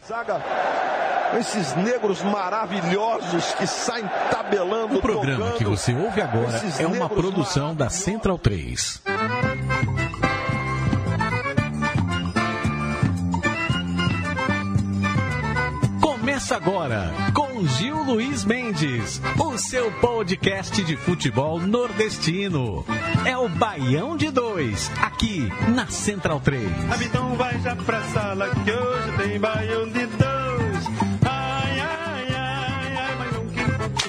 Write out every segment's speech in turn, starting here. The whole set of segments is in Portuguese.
Zaga, esses negros maravilhosos que saem tabelando. O programa tocando, que você ouve agora é uma produção da Central 3. Começa agora com Gil Luiz Mendes, o seu podcast de futebol nordestino. É o Baião de 2, aqui na Central 3. Então vai já pra sala que hoje tem Baião de 2. Ai, ai, ai, ai, Baião que...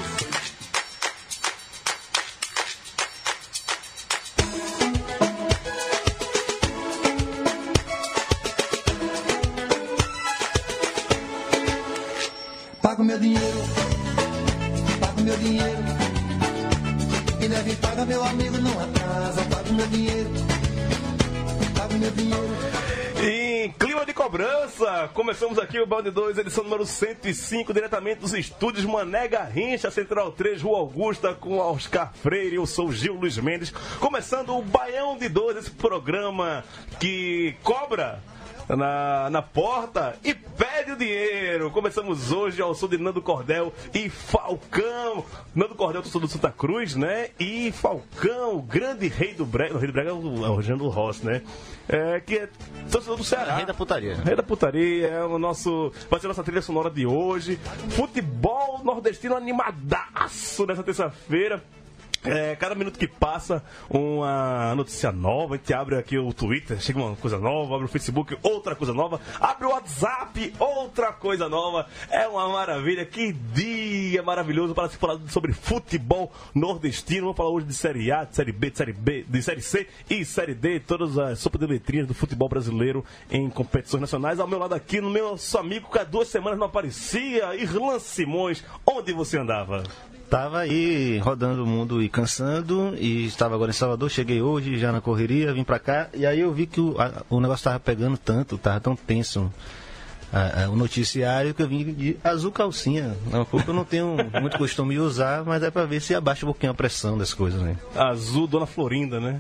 Paga o meu dinheiro, paga o meu dinheiro. Quem deve pagar, meu amigo, não atrasa. Paga o meu dinheiro, paga o meu dinheiro. Em clima de cobrança, começamos aqui o Baião de 2, edição número 105, diretamente dos estúdios Mané Garrincha, Central 3, Rua Augusta, com Oscar Freire. Eu sou Gil Luiz Mendes, começando o Baião de 2, esse programa que cobra na porta e pede o dinheiro. Começamos hoje ao som de Nando Cordel e Falcão. Nando Cordel, torcedor do Santa Cruz, né? E Falcão, o grande rei do Brega. O rei do Brega é o Rogério Rossi, né? Que é torcedor do Ceará. Rei da putaria. Rei da putaria, é o nosso. Vai ser a nossa trilha sonora de hoje. Futebol nordestino animadaço nessa terça-feira. Cada minuto que passa, uma notícia nova. A gente abre aqui o Twitter, chega uma coisa nova, abre o Facebook, outra coisa nova, abre o WhatsApp, outra coisa nova. É uma maravilha, que dia maravilhoso para se falar sobre futebol nordestino. Vamos falar hoje de Série A, de Série B, de Série C e Série D, todas as sopas de letrinhas do futebol brasileiro em competições nacionais. Ao meu lado aqui, no meu amigo que há 2 semanas não aparecia, Irlan Simões. Onde você andava? Estava aí rodando o mundo e cansando, e estava agora em Salvador, cheguei hoje já na correria, vim pra cá, e aí eu vi que o negócio estava pegando tanto, estava tão tenso o noticiário, que eu vim de azul calcinha. É uma cor que eu não tenho muito costume de usar, mas é pra ver se abaixa um pouquinho a pressão das coisas, né? Azul Dona Florinda, né?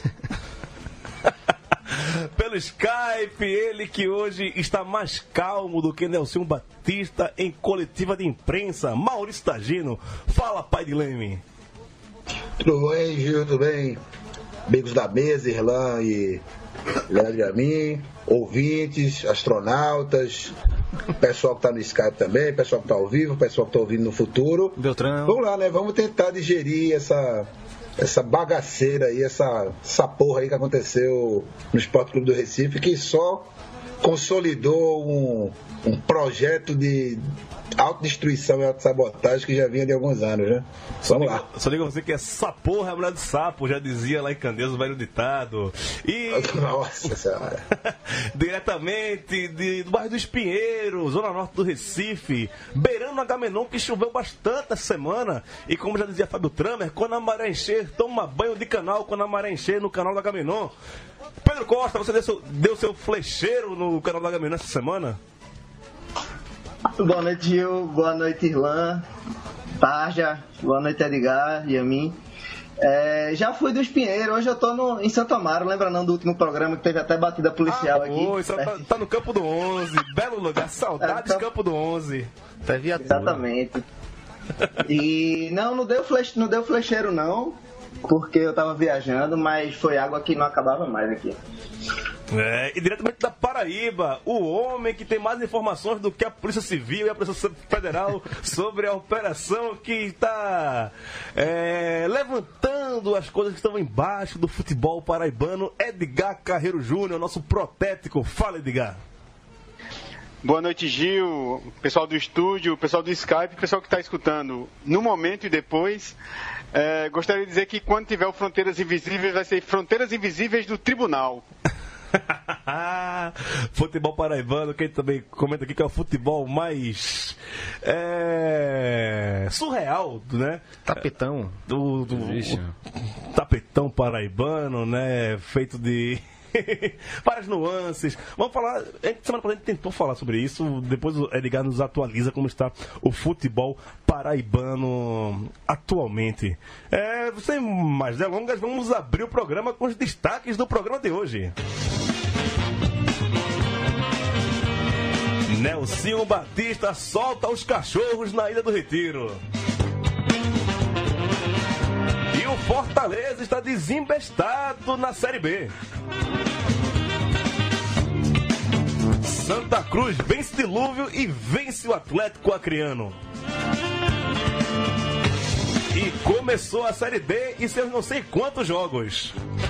Pelo Skype, ele que hoje está mais calmo do que Nelson Batista em coletiva de imprensa, Maurício Tagino. Fala, pai de Leme. Tudo bem, Gil? Tudo bem? Amigos da mesa, Irlan e Leandro e a mim, ouvintes, astronautas, pessoal que está no Skype também, pessoal que está ao vivo, pessoal que está ouvindo no futuro. Beltrão. Vamos lá, né? Vamos tentar digerir essa bagaceira aí, essa porra aí que aconteceu no Esporte Clube do Recife, que só consolidou um projeto de autodestruição e autossabotagem que já vinha de alguns anos, né? Vamos lá. Só digo a você que essa porra é a mulher do sapo, já dizia lá em Candeias o velho ditado. E... Nossa Senhora. Diretamente do bairro do Espinheiro, zona norte do Recife, beirando Agamenon, que choveu bastante essa semana. E como já dizia Fábio Tramer, quando a maré encher, toma banho de canal, quando a maré encher no canal do Agamenon. Pedro Costa, você deu seu flecheiro no canal do Agamenon essa semana? Boa noite, Gil. Boa noite, Irlan. Tarja. Boa noite, Edgar e a mim. Já fui do Espinheiro, hoje eu tô em Santo Amaro. Lembra não do último programa que teve até batida policial aqui? Tá no Campo do 11, belo lugar, saudades Campo do 11. Tá viatura. Exatamente. E não deu flecheiro não, porque eu tava viajando, mas foi água que não acabava mais aqui. E diretamente da Paraíba, o homem que tem mais informações do que a Polícia Civil e a Polícia Federal sobre a operação que está levantando as coisas que estão embaixo do futebol paraibano, Edgar Carreiro Júnior, nosso protético. Fala, Edgar. Boa noite, Gil, pessoal do estúdio, pessoal do Skype, pessoal que está escutando no momento e depois. Gostaria de dizer que quando tiver o Fronteiras Invisíveis, vai ser Fronteiras Invisíveis do Tribunal. Futebol paraibano, quem também comenta aqui que é o futebol mais surreal, né? Tapetão. O tapetão paraibano, né? Feito de várias nuances. Vamos falar. Semana passada a gente tentou falar sobre isso. Depois o Edgar nos atualiza como está o futebol paraibano atualmente. Sem mais delongas, vamos abrir o programa com os destaques do programa de hoje. Nelsinho Batista solta os cachorros na Ilha do Retiro. E o Fortaleza está desembestado na Série B. Santa Cruz vence Dilúvio e vence o Atlético Acreano. E começou a Série D e seus não sei quantos jogos.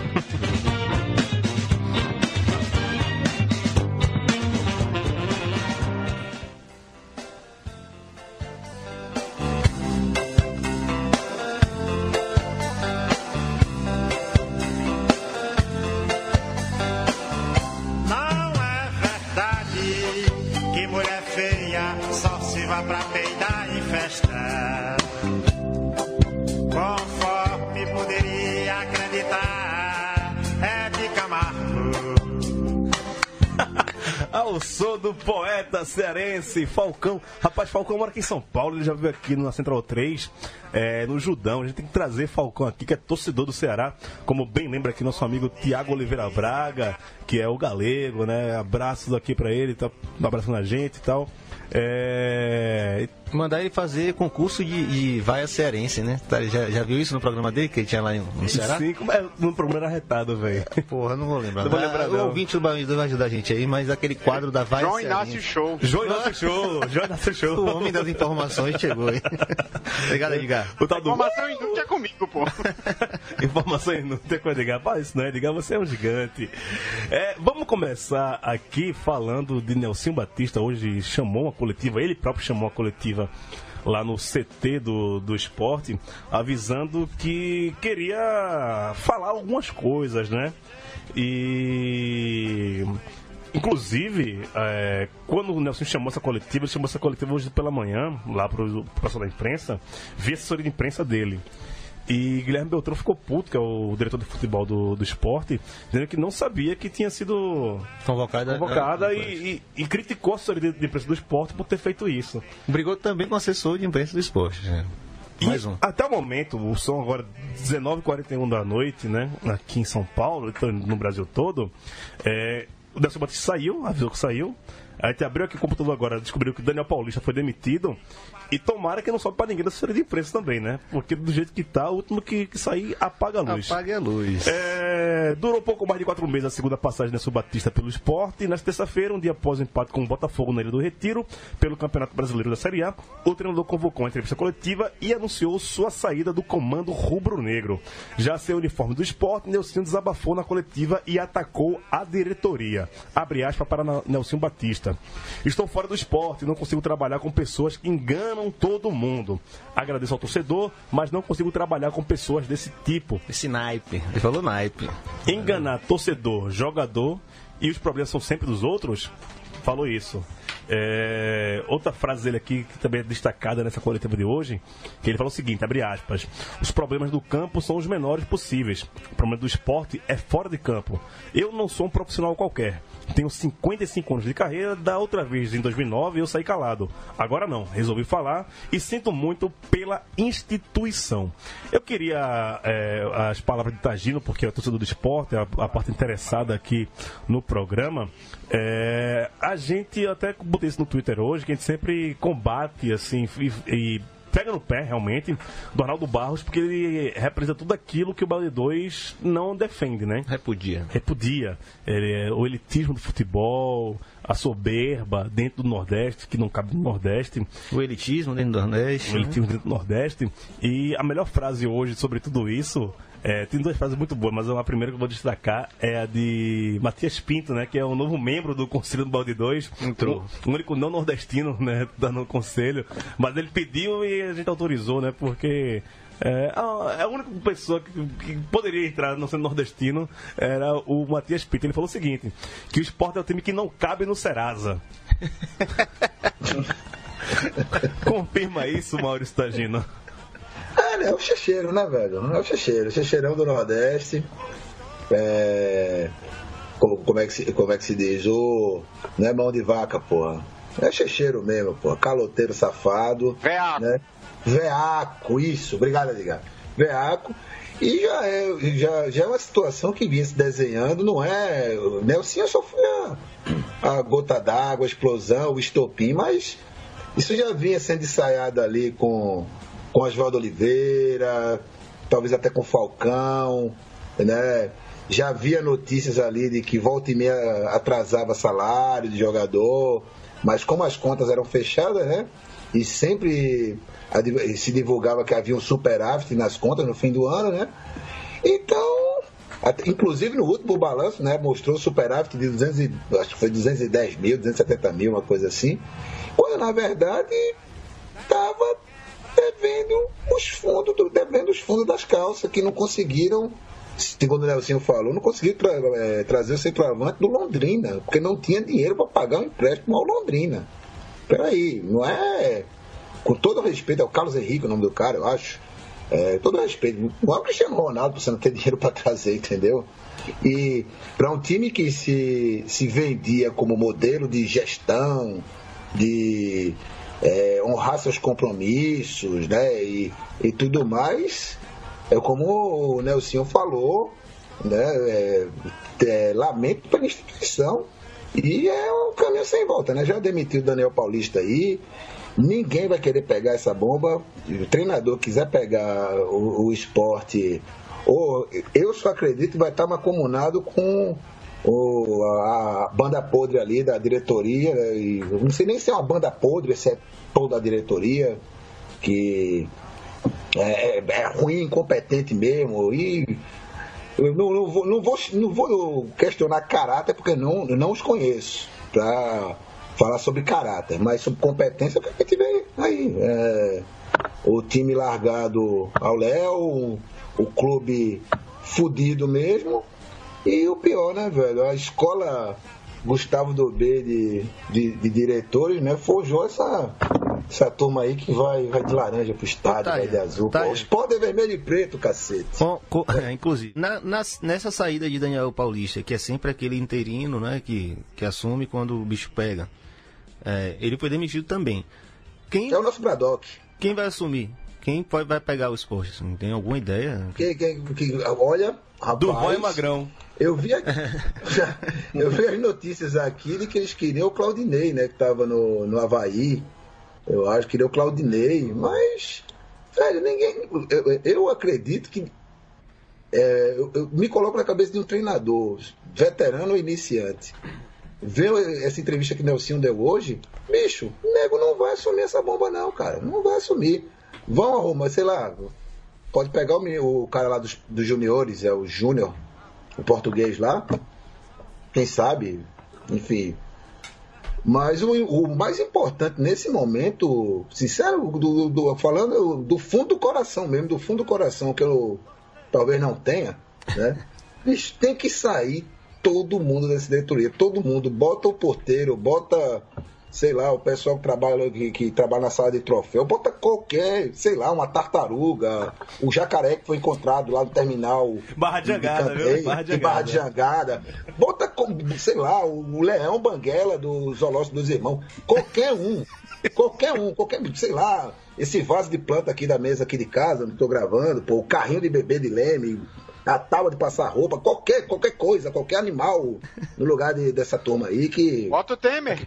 Ao som do poeta cearense Falcão. Rapaz, Falcão mora aqui em São Paulo, ele já veio aqui na Central 3, no Judão. A gente tem que trazer Falcão aqui, que é torcedor do Ceará, como bem lembra aqui nosso amigo Tiago Oliveira Braga, que é o galego, né? Abraços aqui pra ele, tá abraçando a gente e tal. Mandar ele fazer concurso de vaia cearense, né? Já viu isso no programa dele, que ele tinha lá no Ceará? Sim, no programa arretado, velho. Porra, não vou lembrar. Não vou lembrar, não. O ouvinte do Bahia vai ajudar a gente aí, mas aquele quadro da vaia João cearense. Inácio Show. João Inácio Show. O homem das informações chegou aí. Obrigado, Edgar. O tal do... Informação inútil é comigo, pô. Informação inútil é com o Edgar. Pá, isso não é, Edgar, você é um gigante. Vamos começar aqui falando de Nelsinho Batista. Hoje chamou uma coletiva, ele próprio chamou uma coletiva lá no CT do esporte, avisando que queria falar algumas coisas, né? E... Inclusive, quando o Nelson chamou essa coletiva, ele chamou essa coletiva hoje pela manhã, lá pro pessoal da imprensa, via assessoria de imprensa dele. E Guilherme Beltrão ficou puto, que é o diretor de futebol do esporte, dizendo que não sabia que tinha sido convocada e criticou a assessoria de imprensa do esporte por ter feito isso. Brigou também com o assessor de imprensa do esporte. Mais um. Até o momento, o som agora 19h41 da noite, né, aqui em São Paulo, no Brasil todo, o Nelson Batista saiu, avisou que saiu. A gente abriu aqui o computador agora, descobriu que o Daniel Paulista foi demitido. E tomara que não sobe pra ninguém da assessoria de imprensa também, né? Porque do jeito que tá, o último que sair apaga a luz. Apaga a luz. Durou pouco mais de 4 meses a segunda passagem de Nelson Batista pelo esporte. E na terça-feira, um dia após o empate com o Botafogo na Ilha do Retiro, pelo Campeonato Brasileiro da Série A, o treinador convocou uma entrevista coletiva e anunciou sua saída do comando rubro-negro. Já sem o uniforme do esporte, Nelsinho desabafou na coletiva e atacou a diretoria. Abre aspas para Nelsinho Batista. Estou fora do esporte, não consigo trabalhar com pessoas que enganam todo mundo. Agradeço ao torcedor, mas não consigo trabalhar com pessoas desse tipo. Esse naipe. Ele falou naipe. Enganar torcedor, jogador e os problemas são sempre dos outros. Falou isso. Outra frase dele aqui, que também é destacada nessa coletiva de hoje, que ele falou o seguinte, abre aspas: os problemas do campo são os menores possíveis. O problema do esporte é fora de campo. Eu não sou um profissional qualquer. Tenho 55 anos de carreira. Da outra vez, em 2009, eu saí calado. Agora não, resolvi falar e sinto muito pela instituição. Eu queria as palavras de Tagino, porque é o torcedor do esporte, a parte interessada aqui no programa. A gente até botei isso no Twitter hoje, que a gente sempre combate assim e pega no pé, realmente, do Arnaldo Barros, porque ele representa tudo aquilo que o Bale 2 não defende, né? Repudia. O elitismo do futebol, a soberba dentro do Nordeste, que não cabe no Nordeste. O elitismo dentro do Nordeste. O elitismo dentro do Nordeste. E a melhor frase hoje sobre tudo isso... tem duas frases muito boas, mas a primeira que eu vou destacar é a de Matias Pinto, né? Que é o novo membro do Conselho do Balde 2. Entrou. O único não nordestino, né? Tá no Conselho. Mas ele pediu e a gente autorizou, né? Porque a única pessoa que poderia entrar não sendo nordestino era o Matias Pinto. Ele falou o seguinte, que o Sport é o time que não cabe no Serasa. Confirma isso, Maurício Tagino. É o checheiro, né, velho? É o checheiro. O checheirão do Nordeste. Como é que se diz? Não é mão de vaca, porra. É checheiro mesmo, porra. Caloteiro safado. Veaco. Né? Veaco, isso. Obrigado, Edgar. Veaco. E já é uma situação que vinha se desenhando, não é? Nelsinho só foi a gota d'água, a explosão, o estopim, mas isso já vinha sendo ensaiado ali com Oswaldo Oliveira, talvez até com Falcão, né? Já havia notícias ali de que volta e meia atrasava salário de jogador, mas como as contas eram fechadas, né? E sempre se divulgava que havia um superávit nas contas no fim do ano, né? Então, inclusive no último balanço, né, mostrou superávit de 210 mil, 270 mil, uma coisa assim, quando na verdade estava devendo os fundos das calças, que não conseguiram, segundo o Nelsinho falou, não conseguiram trazer o centroavante do Londrina, porque não tinha dinheiro para pagar um empréstimo ao Londrina. Peraí, não é... Com todo respeito, é o Carlos Henrique o nome do cara, eu acho. Todo respeito, não é o Cristiano Ronaldo, você não ter dinheiro para trazer, entendeu? E para um time que se vendia como modelo de gestão, de honrar seus compromissos, né, e tudo mais, como o Nelsinho falou, né, lamento pela instituição, e é um caminho sem volta, né? Já demitiu o Daniel Paulista aí, ninguém vai querer pegar essa bomba. O treinador quiser pegar o esporte, ou eu só acredito que vai estar mancomunado com a banda podre ali da diretoria, né? E não sei nem se é uma banda podre, se é toda a diretoria, que é ruim, incompetente mesmo. E eu não vou questionar caráter, porque não os conheço para falar sobre caráter, mas sobre competência, que a gente vê aí. O time largado ao léu, o clube fudido mesmo, e o pior, né, velho? A escola Gustavo Dobê de diretores, né, forjou essa turma aí que vai de laranja pro estádio, vai de azul. O esporte é vermelho e preto, cacete. Inclusive, nessa saída de Daniel Paulista, que é sempre aquele interino, né, que assume quando o bicho pega, ele foi demitido também. É o nosso Braddock. Quem vai assumir? Quem vai pegar o esporte? Assim, tem alguma ideia? Olha, rapaz... Durval e Magrão. Eu vi as notícias aqui de que eles queriam o Claudinei, né, que estava no Avaí. Eu acho que queria o Claudinei, mas, velho, ninguém... Eu acredito que... eu me coloco na cabeça de um treinador, veterano ou iniciante. Vê essa entrevista que o Nelsinho deu hoje, bicho, o nego não vai assumir essa bomba não, cara. Não vai assumir. Vão arrumar, sei lá, pode pegar o cara lá dos juniores, o Júnior, o português lá, quem sabe, enfim. Mas o mais importante nesse momento, sincero, falando do fundo do coração mesmo, do fundo do coração, que eu talvez não tenha, né? Bicho, tem que sair todo mundo dessa diretoria, todo mundo, bota o porteiro, bota, sei lá, o pessoal que trabalha na sala de troféu, bota qualquer, sei lá, uma tartaruga, o jacaré que foi encontrado lá no terminal Barra de Jangada, viu? Barra de Jangada, bota, sei lá, o leão banguela do zoológico dos irmãos, qualquer um, sei lá, esse vaso de planta aqui da mesa aqui de casa, onde estou gravando, pô, o carrinho de bebê de Leme, a tábua de passar roupa, qualquer coisa, qualquer animal no lugar dessa turma aí que... Bota o Temer.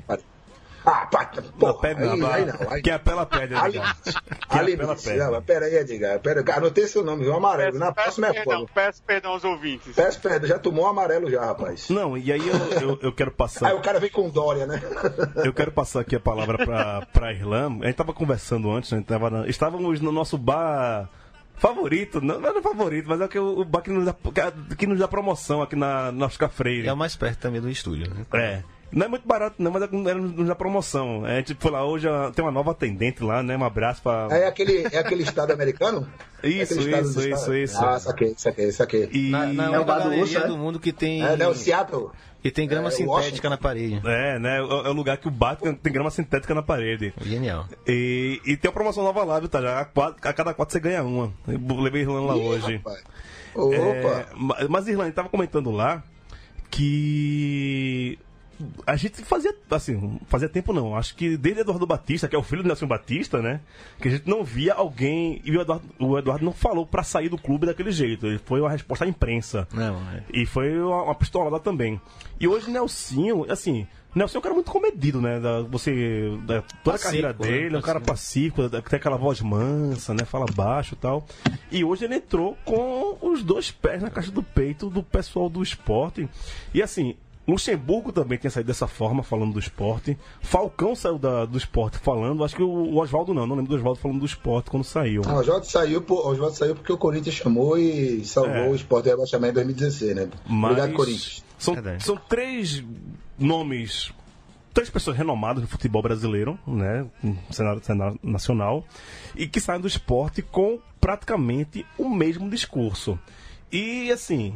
Que apela pede, Edgar. Peraí, Edgar. Anotei seu nome, viu? Amarelo. Na próxima é fogo. Peço perdão aos ouvintes. Peço perdão, já tomou amarelo já, rapaz. Não, e aí eu quero passar... Aí o cara vem com Dória, né? Eu quero passar aqui a palavra pra Irlan. A gente tava conversando antes, estávamos no nosso bar... favorito, não é favorito, mas é o bar que nos dá promoção aqui na Oscar Freire. É o mais perto também do estúdio, né? Não é muito barato, não, mas nos dá promoção. A gente foi lá hoje, tem uma nova atendente lá, né? Um abraço pra. É aquele estado americano? Isso. Ah, saquei. E... Na galeria do mundo que tem. O Seattle. E tem grama sintética na parede. Né? É o lugar que o Batman tem grama sintética na parede. Genial. E tem uma promoção nova lá, viu, tá? A cada 4 você ganha uma. Eu levei Irlanda lá hoje. Opa! Mas Irlanda, tava comentando lá que a gente fazia tempo não, acho que desde Eduardo Batista, que é o filho do Nelson Batista, né, que a gente não via alguém, e o Eduardo não falou pra sair do clube daquele jeito, ele foi uma resposta à imprensa, e foi uma pistolada também. E hoje Nelsinho, assim, Nelson é um cara muito comedido, né? Toda a carreira dele, é um cara pacífico, tem aquela voz mansa, né? Fala baixo e tal. E hoje ele entrou com os 2 pés na caixa do peito do pessoal do Sport. E assim, Luxemburgo também tinha saído dessa forma, falando do Sport. Falcão saiu do Sport falando. Acho que o Oswaldo não lembro do Oswaldo falando do Sport quando saiu. O Oswaldo saiu porque o Corinthians chamou e salvou o Sport do rebaixamento em 2016, né? Obrigado, Corinthians. São 3 nomes, 3 pessoas renomadas no futebol brasileiro, né? No cenário nacional, e que saem do Sport com praticamente o mesmo discurso. E assim.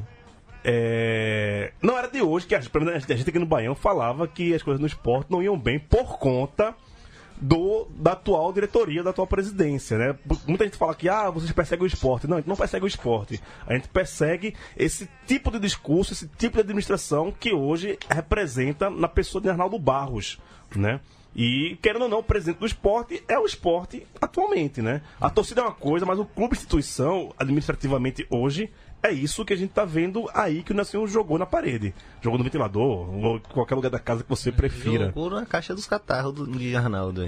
Não era de hoje que a gente aqui no Baião falava que as coisas no Sport não iam bem por conta da atual diretoria, da atual presidência, né? Muita gente fala que vocês perseguem o Sport. Não, a gente não persegue o Sport. A gente persegue esse tipo de discurso, esse tipo de administração que hoje representa na pessoa de Arnaldo Barros, né? E, querendo ou não, o presidente do Sport é o Sport atualmente, né? A torcida é uma coisa, mas o clube instituição, administrativamente hoje, é isso que a gente tá vendo aí que o Nelson jogou na parede. Jogou no ventilador, ou em qualquer lugar da casa que você prefira. Jogou na caixa dos catarros de Arnaldo.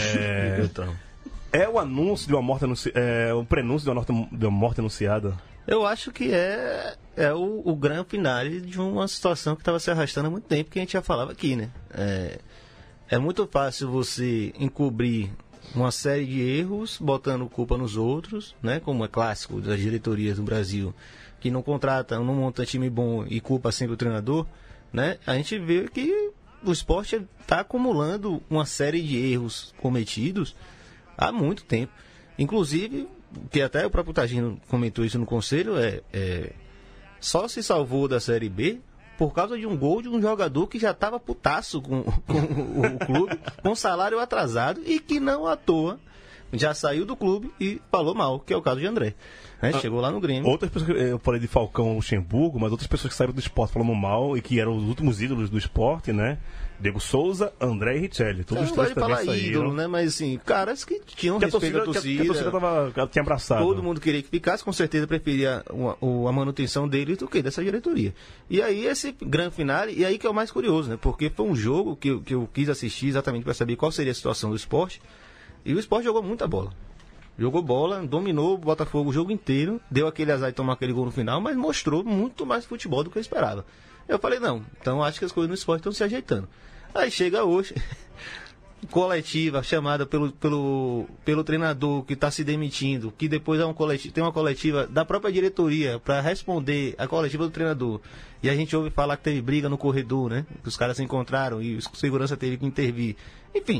É o anúncio de uma morte anunciada, o prenúncio de uma morte anunciada? Eu acho que é o grande finale de uma situação que estava se arrastando há muito tempo, que a gente já falava aqui, né? É muito fácil você encobrir uma série de erros, botando culpa nos outros, né? Como é clássico das diretorias do Brasil, que não contratam, não montam time bom e culpa sempre o treinador, né? A gente vê que o Sport está acumulando uma série de erros cometidos há muito tempo. Inclusive, que até o próprio Tagino comentou isso no conselho, só se salvou da Série B por causa de um gol de um jogador que já estava putaço com o clube, com salário atrasado e que não à toa já saiu do clube e falou mal, que é o caso de André. Chegou lá no Grêmio. Outras pessoas, eu falei de Falcão Luxemburgo, mas outras pessoas que saíram do Sport falando mal e que eram os últimos ídolos do Sport, né? Diego Souza, André e Richelli. Todos os três também saíram. Ídolo, né? Mas assim, caras que tinham respeito à torcida. Que a torcida tinha abraçado. Todo mundo queria que ficasse, com certeza preferia a manutenção dele do que dessa diretoria. E aí esse grande finale, e aí que é o mais curioso, né? Porque foi um jogo que eu quis assistir exatamente para saber qual seria a situação do Sport. E o Sport jogou muita bola. Jogou bola, dominou o Botafogo o jogo inteiro, deu aquele azar de tomar aquele gol no final, mas mostrou muito mais futebol do que eu esperava. Eu falei, não, então acho que as coisas no Sport estão se ajeitando. Aí chega hoje, coletiva chamada pelo treinador que está se demitindo, que depois tem uma coletiva da própria diretoria para responder a coletiva do treinador. E a gente ouve falar que teve briga no corredor, né? Que os caras se encontraram e o segurança teve que intervir. Enfim,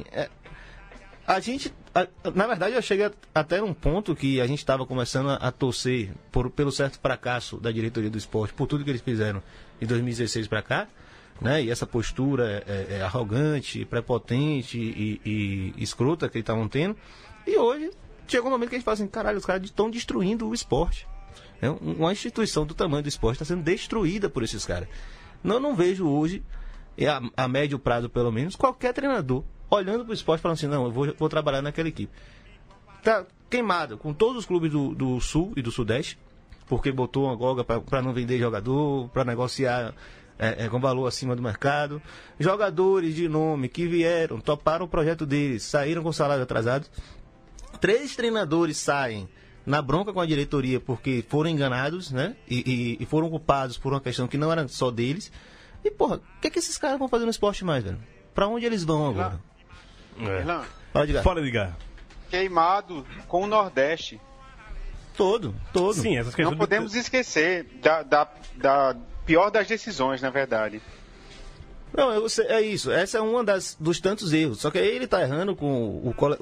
na verdade, eu cheguei até um ponto que a gente estava começando a torcer pelo certo fracasso da diretoria do Sport, por tudo que eles fizeram de 2016 para cá, né? E essa postura arrogante, prepotente e escrota que eles estavam tendo. E hoje, chegou um momento que a gente fala assim, caralho, os caras estão destruindo o esporte. Uma instituição do tamanho do esporte está sendo destruída por esses caras. Não vejo hoje, a médio prazo pelo menos, qualquer treinador olhando para o esporte falando assim, não, eu vou trabalhar naquela equipe. Tá queimado com todos os clubes do Sul e do Sudeste, porque botou uma goga para não vender jogador, para negociar com valor acima do mercado. Jogadores de nome que vieram, toparam o projeto deles, saíram com salário atrasado. 3 treinadores saem na bronca com a diretoria porque foram enganados, né? E foram culpados por uma questão que não era só deles. E, porra, o que esses caras vão fazer no esporte mais, velho? Pra onde eles vão agora? Fala, Edgar. Queimado com o Nordeste. Todo. Sim, essas questões não podemos esquecer da pior das decisões, na verdade. Não, é isso. Essa é uma dos tantos erros. Só que aí ele tá errando com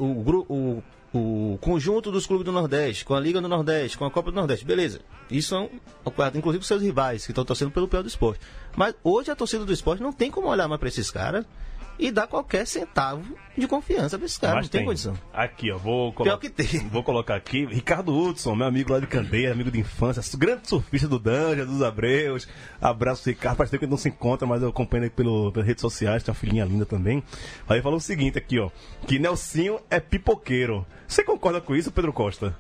o conjunto dos clubes do Nordeste, com a Liga do Nordeste, com a Copa do Nordeste. Beleza. Isso é inclusive os seus rivais, que estão torcendo pelo pior do esporte. Mas hoje a torcida do esporte não tem como olhar mais para esses caras e dar qualquer centavo de confiança para esses caras. Não tem condição. Aqui, ó, Pior que tem. Vou colocar aqui, Ricardo Hudson, meu amigo lá de Candeia, amigo de infância, grande surfista do Danja, dos Abreus. Abraço, Ricardo. Faz tempo que a gente não se encontra, mas eu acompanho ele pelas redes sociais, tem uma filhinha linda também. Aí falou o seguinte aqui, ó, que Nelsinho é pipoqueiro. Você concorda com isso, Pedro Costa?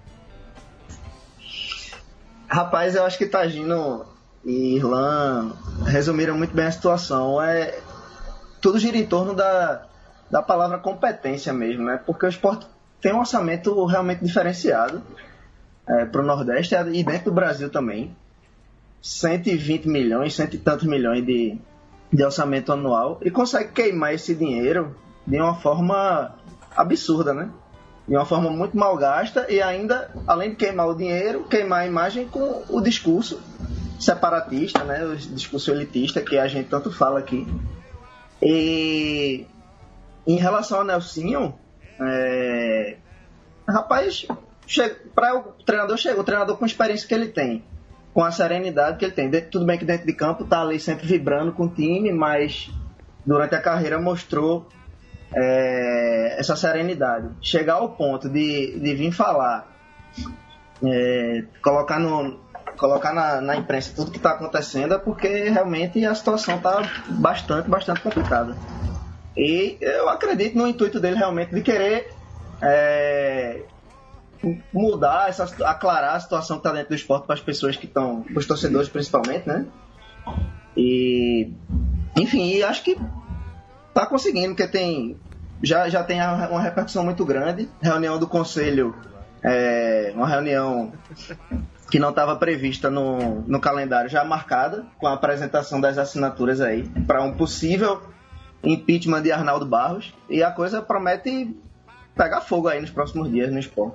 Rapaz, eu acho que Tagino e Irlan resumiram muito bem a situação. tudo gira em torno da palavra competência mesmo, né? Porque o Sport tem um orçamento realmente diferenciado para o Nordeste e dentro do Brasil também. 120 milhões, cento e tantos milhões de orçamento anual, e consegue queimar esse dinheiro de uma forma absurda, né? De uma forma muito mal gasta, e ainda, além de queimar o dinheiro, queimar a imagem com o discurso separatista, né? O discurso elitista que a gente tanto fala aqui. E em relação ao Nelsinho, rapaz, o treinador com a experiência que ele tem, com a serenidade que ele tem. Tudo bem que dentro de campo tá ali sempre vibrando com o time, mas durante a carreira mostrou essa serenidade. Chegar ao ponto de vir falar, colocar na imprensa tudo que está acontecendo, é porque realmente a situação está bastante complicada. E eu acredito no intuito dele realmente de querer mudar, aclarar a situação que está dentro do esporte para as pessoas que estão, para os torcedores principalmente, né? E, enfim, acho que está conseguindo, porque já tem uma repercussão muito grande. Reunião do conselho, uma reunião que não estava prevista no calendário, já marcada, com a apresentação das assinaturas aí, para um possível impeachment de Arnaldo Barros, e a coisa promete pegar fogo aí nos próximos dias no esporte.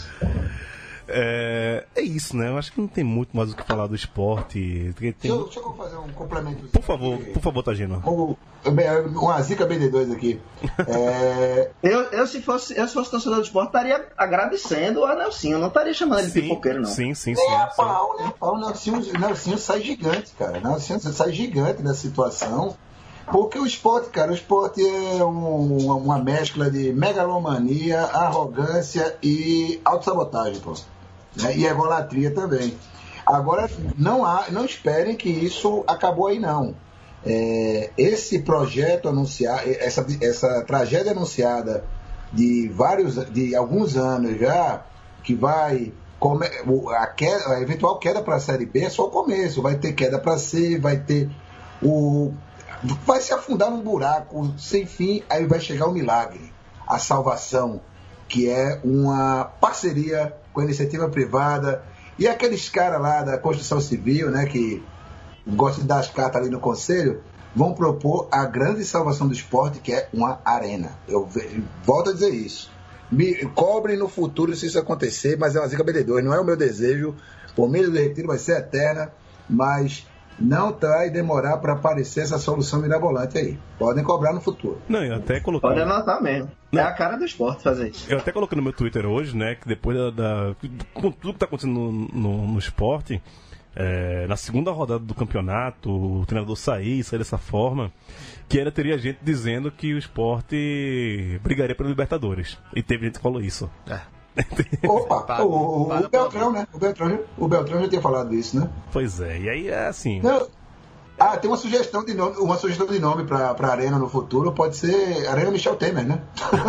É isso, né? Eu acho que não tem muito mais o que falar do esporte. Deixa eu fazer um complemento. Por favor, Tagino. Uma zica BD2 aqui. Eu se fosse torcedor do esporte, estaria agradecendo a Nelsinho. Eu não estaria chamando ele de pipoqueiro, não. Sim. O Nelsinho sai gigante, cara. Nelsinho sai gigante nessa situação. Porque o esporte é uma mescla de megalomania, arrogância e autossabotagem, pô. Né? E egolatria também. Agora, não esperem que isso acabou aí, não. Esse projeto anunciado, essa tragédia anunciada de alguns anos já, que vai... A eventual queda para a Série B é só o começo. Vai ter queda para C, vai ter vai se afundar num buraco sem fim, aí vai chegar o milagre, a salvação, que é uma parceria com a iniciativa privada e aqueles caras lá da construção civil, né, que gostam de dar as cartas ali no conselho, vão propor a grande salvação do esporte, que é uma arena. Eu volto a dizer isso. Me cobrem no futuro se isso acontecer, mas é uma zica BD2, não é o meu desejo. Por meio do retiro vai ser eterna, mas não vai demorar para aparecer essa solução mirabolante aí. Podem cobrar no futuro. Não, eu até coloquei. Pode anotar mesmo. Não. É a cara do esporte fazer isso. Eu até coloquei no meu Twitter hoje, né, que depois com tudo que está acontecendo no esporte, na segunda rodada do campeonato, o treinador sair dessa forma, que ainda teria gente dizendo que o esporte brigaria pela Libertadores. E teve gente que falou isso. Opa, o Beltrão, né? O Beltrão já tinha falado disso, né? Pois é, e aí é assim. Tem uma sugestão de nome pra Arena no futuro, pode ser Arena Michel Temer, né?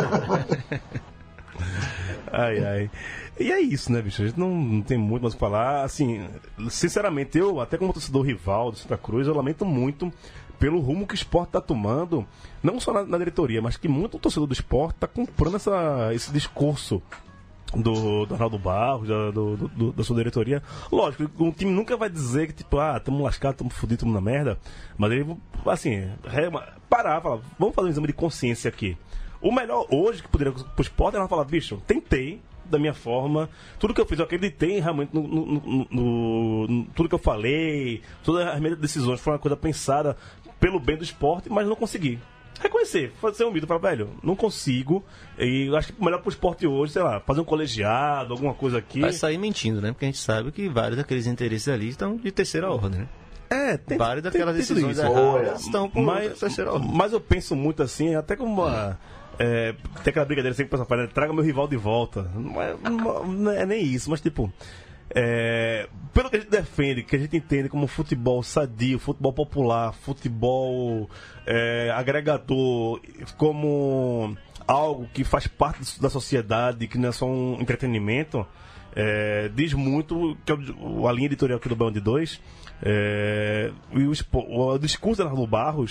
Ai. E é isso, né, bicho? A gente não tem muito mais o que falar. Assim, sinceramente, eu, até como torcedor rival do Santa Cruz, eu lamento muito pelo rumo que o esporte está tomando, não só na diretoria, mas que muito torcedor do esporte está comprando esse discurso do Arnaldo Barros, da sua diretoria. Lógico, o time nunca vai dizer que, tipo, estamos lascados, estamos fodidos, estamos na merda, mas ele, assim, parar, falar, vamos fazer um exame de consciência aqui. O melhor hoje que poderia pro esporte era falar, bicho, tentei da minha forma, tudo que eu fiz, eu acreditei realmente no tudo que eu falei, todas as minhas decisões foram uma coisa pensada pelo bem do esporte, mas não consegui. Reconhecer, fazer um vídeo, falar, velho, não consigo, e eu acho que o melhor pro esporte hoje, sei lá, fazer um colegiado, alguma coisa aqui. Vai sair mentindo, né? Porque a gente sabe que vários daqueles interesses ali estão de terceira ordem, né? Várias daquelas decisões erradas estão por terceira ordem. Mas eu penso muito assim, até como tem aquela brincadeira sempre que o pessoal fala, traga meu rival de volta. Não é nem isso, mas tipo... pelo que a gente defende, que a gente entende como futebol sadio, futebol popular, futebol agregador, como algo que faz parte da sociedade, que não é só um entretenimento, diz muito que a linha editorial aqui do Baião de 2, e o discurso da Arnaldo Barros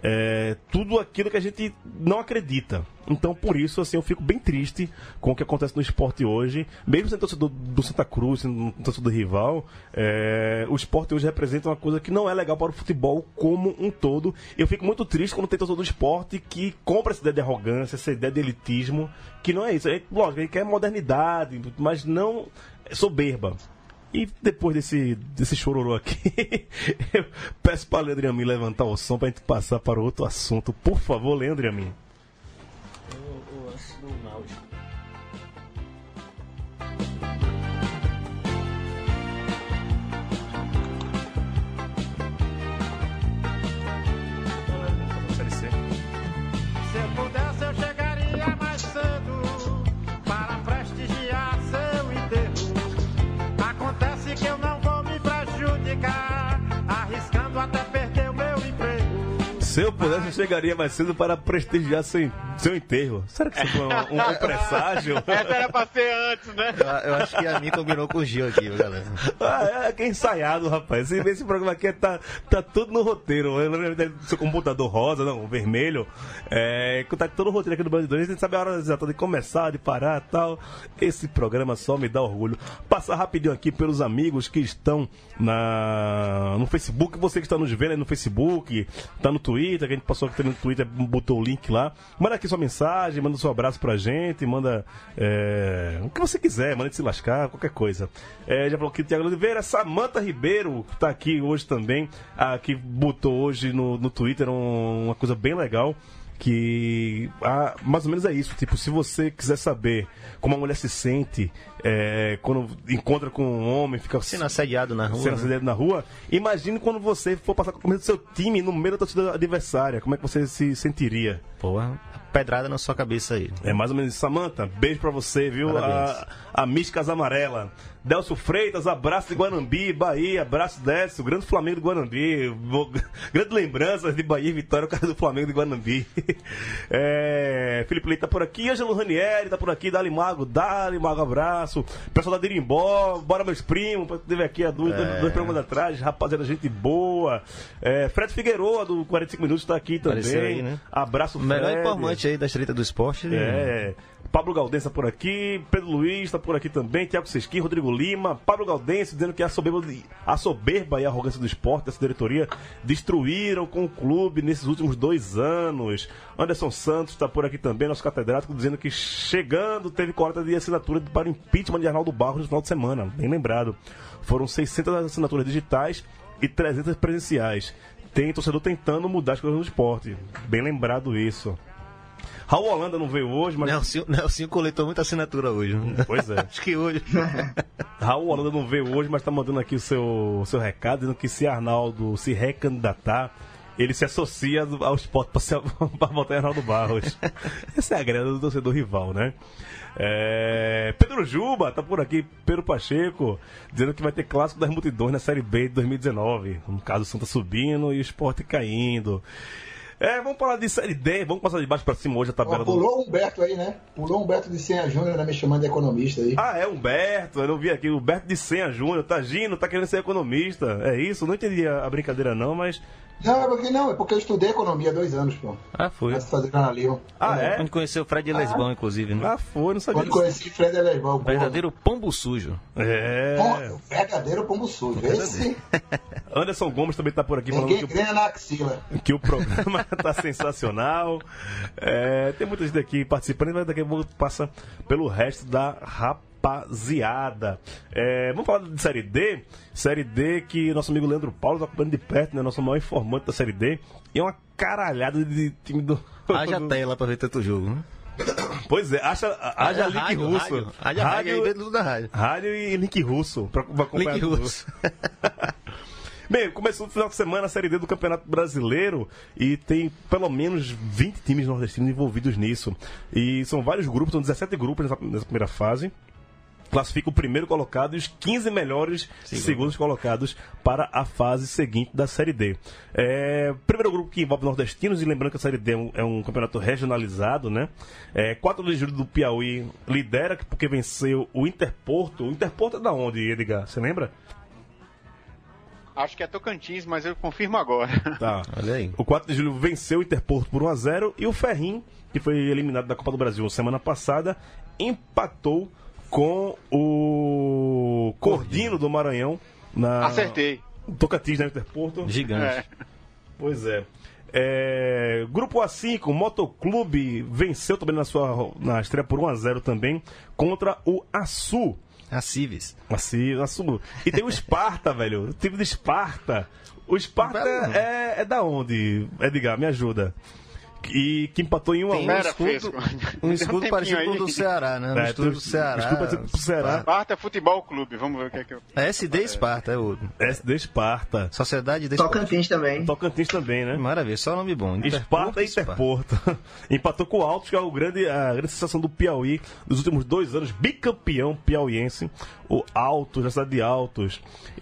tudo aquilo que a gente não acredita. Então, por isso, assim, eu fico bem triste com o que acontece no esporte hoje. Mesmo sendo torcedor do Santa Cruz, sendo torcedor do rival, o esporte hoje representa uma coisa que não é legal para o futebol como um todo. Eu fico muito triste quando tem torcedor do esporte que compra essa ideia de arrogância, essa ideia de elitismo, que não é isso. Lógico, a gente quer modernidade, mas não soberba. E depois desse chororô aqui, eu peço para o Leandro Amin levantar o som para a gente passar para outro assunto. Por favor, Leandro Amin. O lance do Náutico. Se eu pudesse, eu chegaria mais cedo para prestigiar seu enterro. Acontece que eu não vou me prejudicar, arriscando até perder o meu emprego. Se eu pudesse, eu chegaria mais cedo para prestigiar seu enterro. Será que isso foi um presságio? Essa era pra ser antes, né? Eu acho que a mim combinou com o Gil aqui, galera. Que ensaiado, rapaz. Esse programa aqui tá tudo no roteiro. Eu lembro do seu computador rosa, não, vermelho. Tá todo o roteiro aqui do Band 2. A gente sabe a hora exata de começar, de parar e tal. Esse programa só me dá orgulho. Passar rapidinho aqui pelos amigos que estão no Facebook. Você que está nos vendo aí no Facebook, tá no Twitter, que a gente passou aqui no Twitter, botou o link lá. Manda aqui sua mensagem, manda o seu abraço pra gente, manda o que você quiser, manda de se lascar, qualquer coisa. Já falou aqui o Thiago Oliveira, Samanta Ribeiro, que tá aqui hoje também, que botou hoje no Twitter uma coisa bem legal. Que mais ou menos é isso, tipo, se você quiser saber como a mulher se sente quando encontra com um homem, fica sendo assediado na rua, imagine quando você for passar com a camisa do seu time no meio da torcida adversária, como é que você se sentiria? Porra, pedrada na sua cabeça aí. É mais ou menos isso. Samanta, beijo pra você, viu? A Místicas Amarela. Delcio Freitas, abraço de Guanambi, Bahia, abraço Décio, grande Flamengo de Guanambi, grande lembrança de Bahia e Vitória, o cara do Flamengo de Guanambi. Felipe Leite tá por aqui, Ângelo Ranieri tá por aqui, Dali Mago, abraço. Pessoal da Dirimbó, bora meus primos, teve aqui há dois programas atrás, rapaziada, gente boa. Fred Figueroa, do 45 Minutos, tá aqui também. Aí, né? Abraço, Fred. Melhor informante aí da Estreita do Esporte. Pablo Galdense tá por aqui, Pedro Luiz tá por aqui também, Thiago Sesquim, Rodrigo Lima, Pablo Galdense dizendo que a soberba e a arrogância do esporte dessa diretoria destruíram com o clube nesses últimos 2 anos. Anderson Santos tá por aqui também, nosso catedrático, dizendo que chegando teve coleta de assinatura para o impeachment de Arnaldo Barros no final de semana, bem lembrado. Foram 600 assinaturas digitais e 300 presenciais. Tem torcedor tentando mudar as coisas no esporte, bem lembrado isso. Raul Holanda não veio hoje, mas... Nelsinho coletou muita assinatura hoje. Pois é. Acho que hoje. Raul Holanda não veio hoje, mas tá mandando aqui o seu recado, dizendo que se Arnaldo se recandidatar, ele se associa ao esporte para votar em Arnaldo Barros. Essa é a grana do torcedor rival, né? Pedro Juba tá por aqui, Pedro Pacheco, dizendo que vai ter clássico das multidões na Série B de 2019. No caso, o Santa subindo e o Sport caindo. Vamos falar de Série D, vamos passar de baixo pra cima hoje a tabela pulou o Humberto aí, né? Pulou o Humberto de Senha Júnior, né? Me chamando de economista aí. Humberto, eu não vi aqui, Humberto de Senha Júnior, tá Gino, tá querendo ser economista, é isso? Não entendi a brincadeira não, mas... Não, é porque eu estudei economia há 2 anos, pô. Foi. Mas fazer jornalismo. Onde conheceu o Fred Lesbão, inclusive, né? Não sabia. Onde conheci Fred Lesbão. Verdadeiro pombo sujo. Verdadeiro pombo sujo. Esse... Anderson Gomes também tá por aqui falando Ninguém ganha na axila. Que o programa tá sensacional. Tem muita gente aqui participando, mas daqui a pouco passa pelo resto da rapaziada. Vamos falar de Série D. Série D que nosso amigo Leandro Paulo tá acompanhando de perto, né? Nosso maior informante da Série D. E é uma caralhada de time do... Haja tela pra ver tanto jogo, né? Pois é, haja link russo. Rádio e link russo pra acompanhar link russo. Bem, começou no final de semana a Série D do Campeonato Brasileiro e tem pelo menos 20 times nordestinos envolvidos nisso. E são vários grupos, são 17 grupos nessa primeira fase. Classifica o primeiro colocado e os 15 melhores segundos colocados para a fase seguinte da Série D. Primeiro grupo que envolve nordestinos, e lembrando que a Série D é um campeonato regionalizado, né? 4 de julho do Piauí lidera porque venceu o Interporto. O Interporto é da onde, Edgar? Você lembra? Acho que é Tocantins, mas eu confirmo agora. Tá. Olha aí. O 4 de julho venceu o Interporto por 1-0 e o Ferrinho, que foi eliminado da Copa do Brasil semana passada, empatou com o Cordino do Maranhão na Acertei. Tocantins, né, Interporto. Gigante. Pois é. Grupo A5, Motoclube venceu também na estreia por 1-0 também contra o Açu. A Civis. Açu. E tem o Esparta, velho. O time do Esparta. O Esparta é da onde? Edgar, me ajuda. E que empatou em 1-1. Um escudo parecido com o do Ceará, né? Um escudo do Ceará. Escudo parecido com o Ceará. Esparta Futebol Clube, vamos ver o que é que eu... SD Esparta é outro. SD Esparta. Sociedade de Tocantins também. Tocantins também, né? Maravilha, só nome bom. Esparta e Interporto. Empatou com o Altos, que é a grande sensação do Piauí dos últimos 2 anos, bicampeão piauiense. O Altos, a cidade de Altos.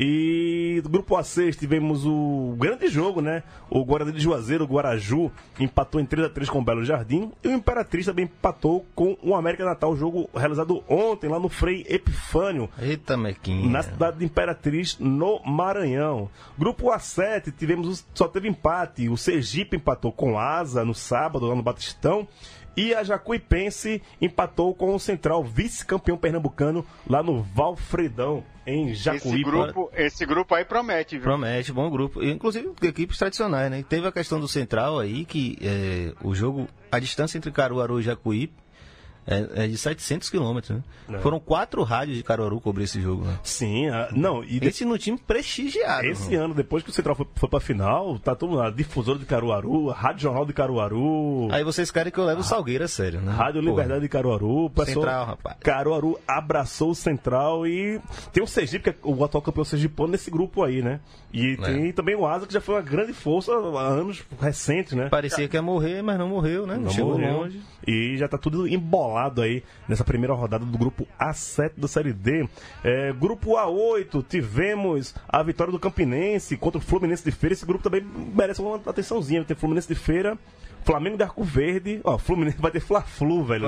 E do grupo A6 tivemos o grande jogo, né? O Guarani de Juazeiro, o Guaraju, empatou em 3-3 com o Belo Jardim. E o Imperatriz também empatou com o América Natal, jogo realizado ontem lá no Frei Epifânio. Eita, mequinha. Na cidade de Imperatriz, no Maranhão. Grupo A7, só teve empate. O Sergipe empatou com o Asa no sábado, lá no Batistão. E a Jacuipense empatou com o Central, vice-campeão pernambucano, lá no Valfredão, em Jacuípe. Esse grupo aí promete, viu? Promete, bom grupo. Inclusive, equipes tradicionais, né? Teve a questão do Central aí, que o jogo, a distância entre Caruaru e Jacuípe é de 700 quilômetros, né? Foram 4 rádios de Caruaru cobrir esse jogo, né? Sim, esse no time prestigiado. Esse ano, depois que o Central foi pra final, tá todo mundo, a difusora de Caruaru, a Rádio Jornal de Caruaru. Aí vocês querem que eu leve o Salgueiro a sério, né? Rádio Liberdade de Caruaru. Central, rapaz. Caruaru abraçou o Central e tem o Sergipe, que é o atual campeão sergipano, nesse grupo aí, né? E tem também o Asa, que já foi uma grande força há anos recentes, né? Parecia que ia morrer, mas não morreu, né? Não chegou longe. E já tá tudo embolado aí nessa primeira rodada do grupo A7 da Série D. Grupo A8, tivemos a vitória do Campinense contra o Fluminense de Feira. Esse grupo também merece uma atençãozinha. Tem Fluminense de Feira, Flamengo de Arco Verde. Ó, Fluminense vai ter Fla-Flu, velho.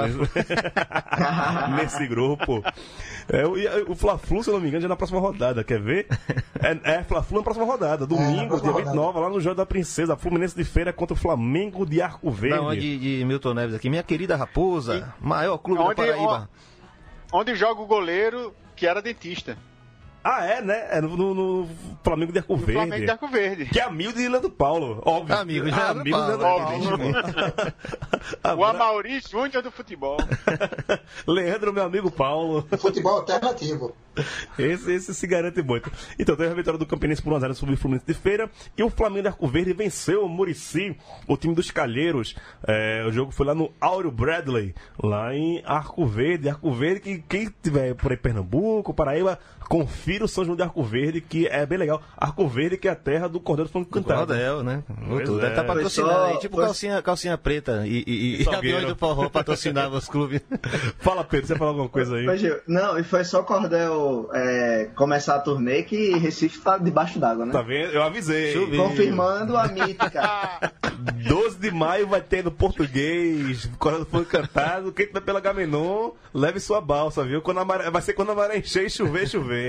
Nesse grupo. O Fla-Flu, se eu não me engano, já é na próxima rodada. Quer ver? Fla-Flu na próxima rodada. Domingo, dia 29, lá no Jogo da Princesa. Fluminense de Feira contra o Flamengo de Arco Verde. Não, de Milton Neves aqui. Minha querida Raposa, maior clube da Paraíba. Onde joga o goleiro que era dentista. Né? No Flamengo de Arco Verde. Flamengo de Arco Verde. Que é amigo de Leandro Paulo, óbvio. Amigo de Leandro Paulo. O Amauri Júnior do futebol. Leandro, meu amigo Paulo. Futebol alternativo. Esse se garante muito. Então, teve a vitória do Campinense por 1-0 sobre o Fluminense de Feira. E o Flamengo de Arco Verde venceu o Muricy, o time dos Calheiros. O jogo foi lá no Áureo Bradley, lá em Arco Verde. Arco Verde, que quem tiver por aí, Pernambuco, Paraíba, confira o São João de Arco Verde, que é bem legal. Arco Verde, que é a terra do Cordel do Franco Cantado. Cordel, né? Deve estar patrocinando aí, tipo calcinha preta e aviões do forró patrocinavam os clubes. Fala, Pedro, você fala alguma coisa aí? Não, e foi só Cordel começar a turnê que Recife tá debaixo d'água, né? Tá vendo? Eu avisei. Confirmando a mítica. 12 de maio vai ter no Português, quando for cantado, quem tá pela Gamenon, leve sua balsa, viu? Vai ser quando a maré encher e chover.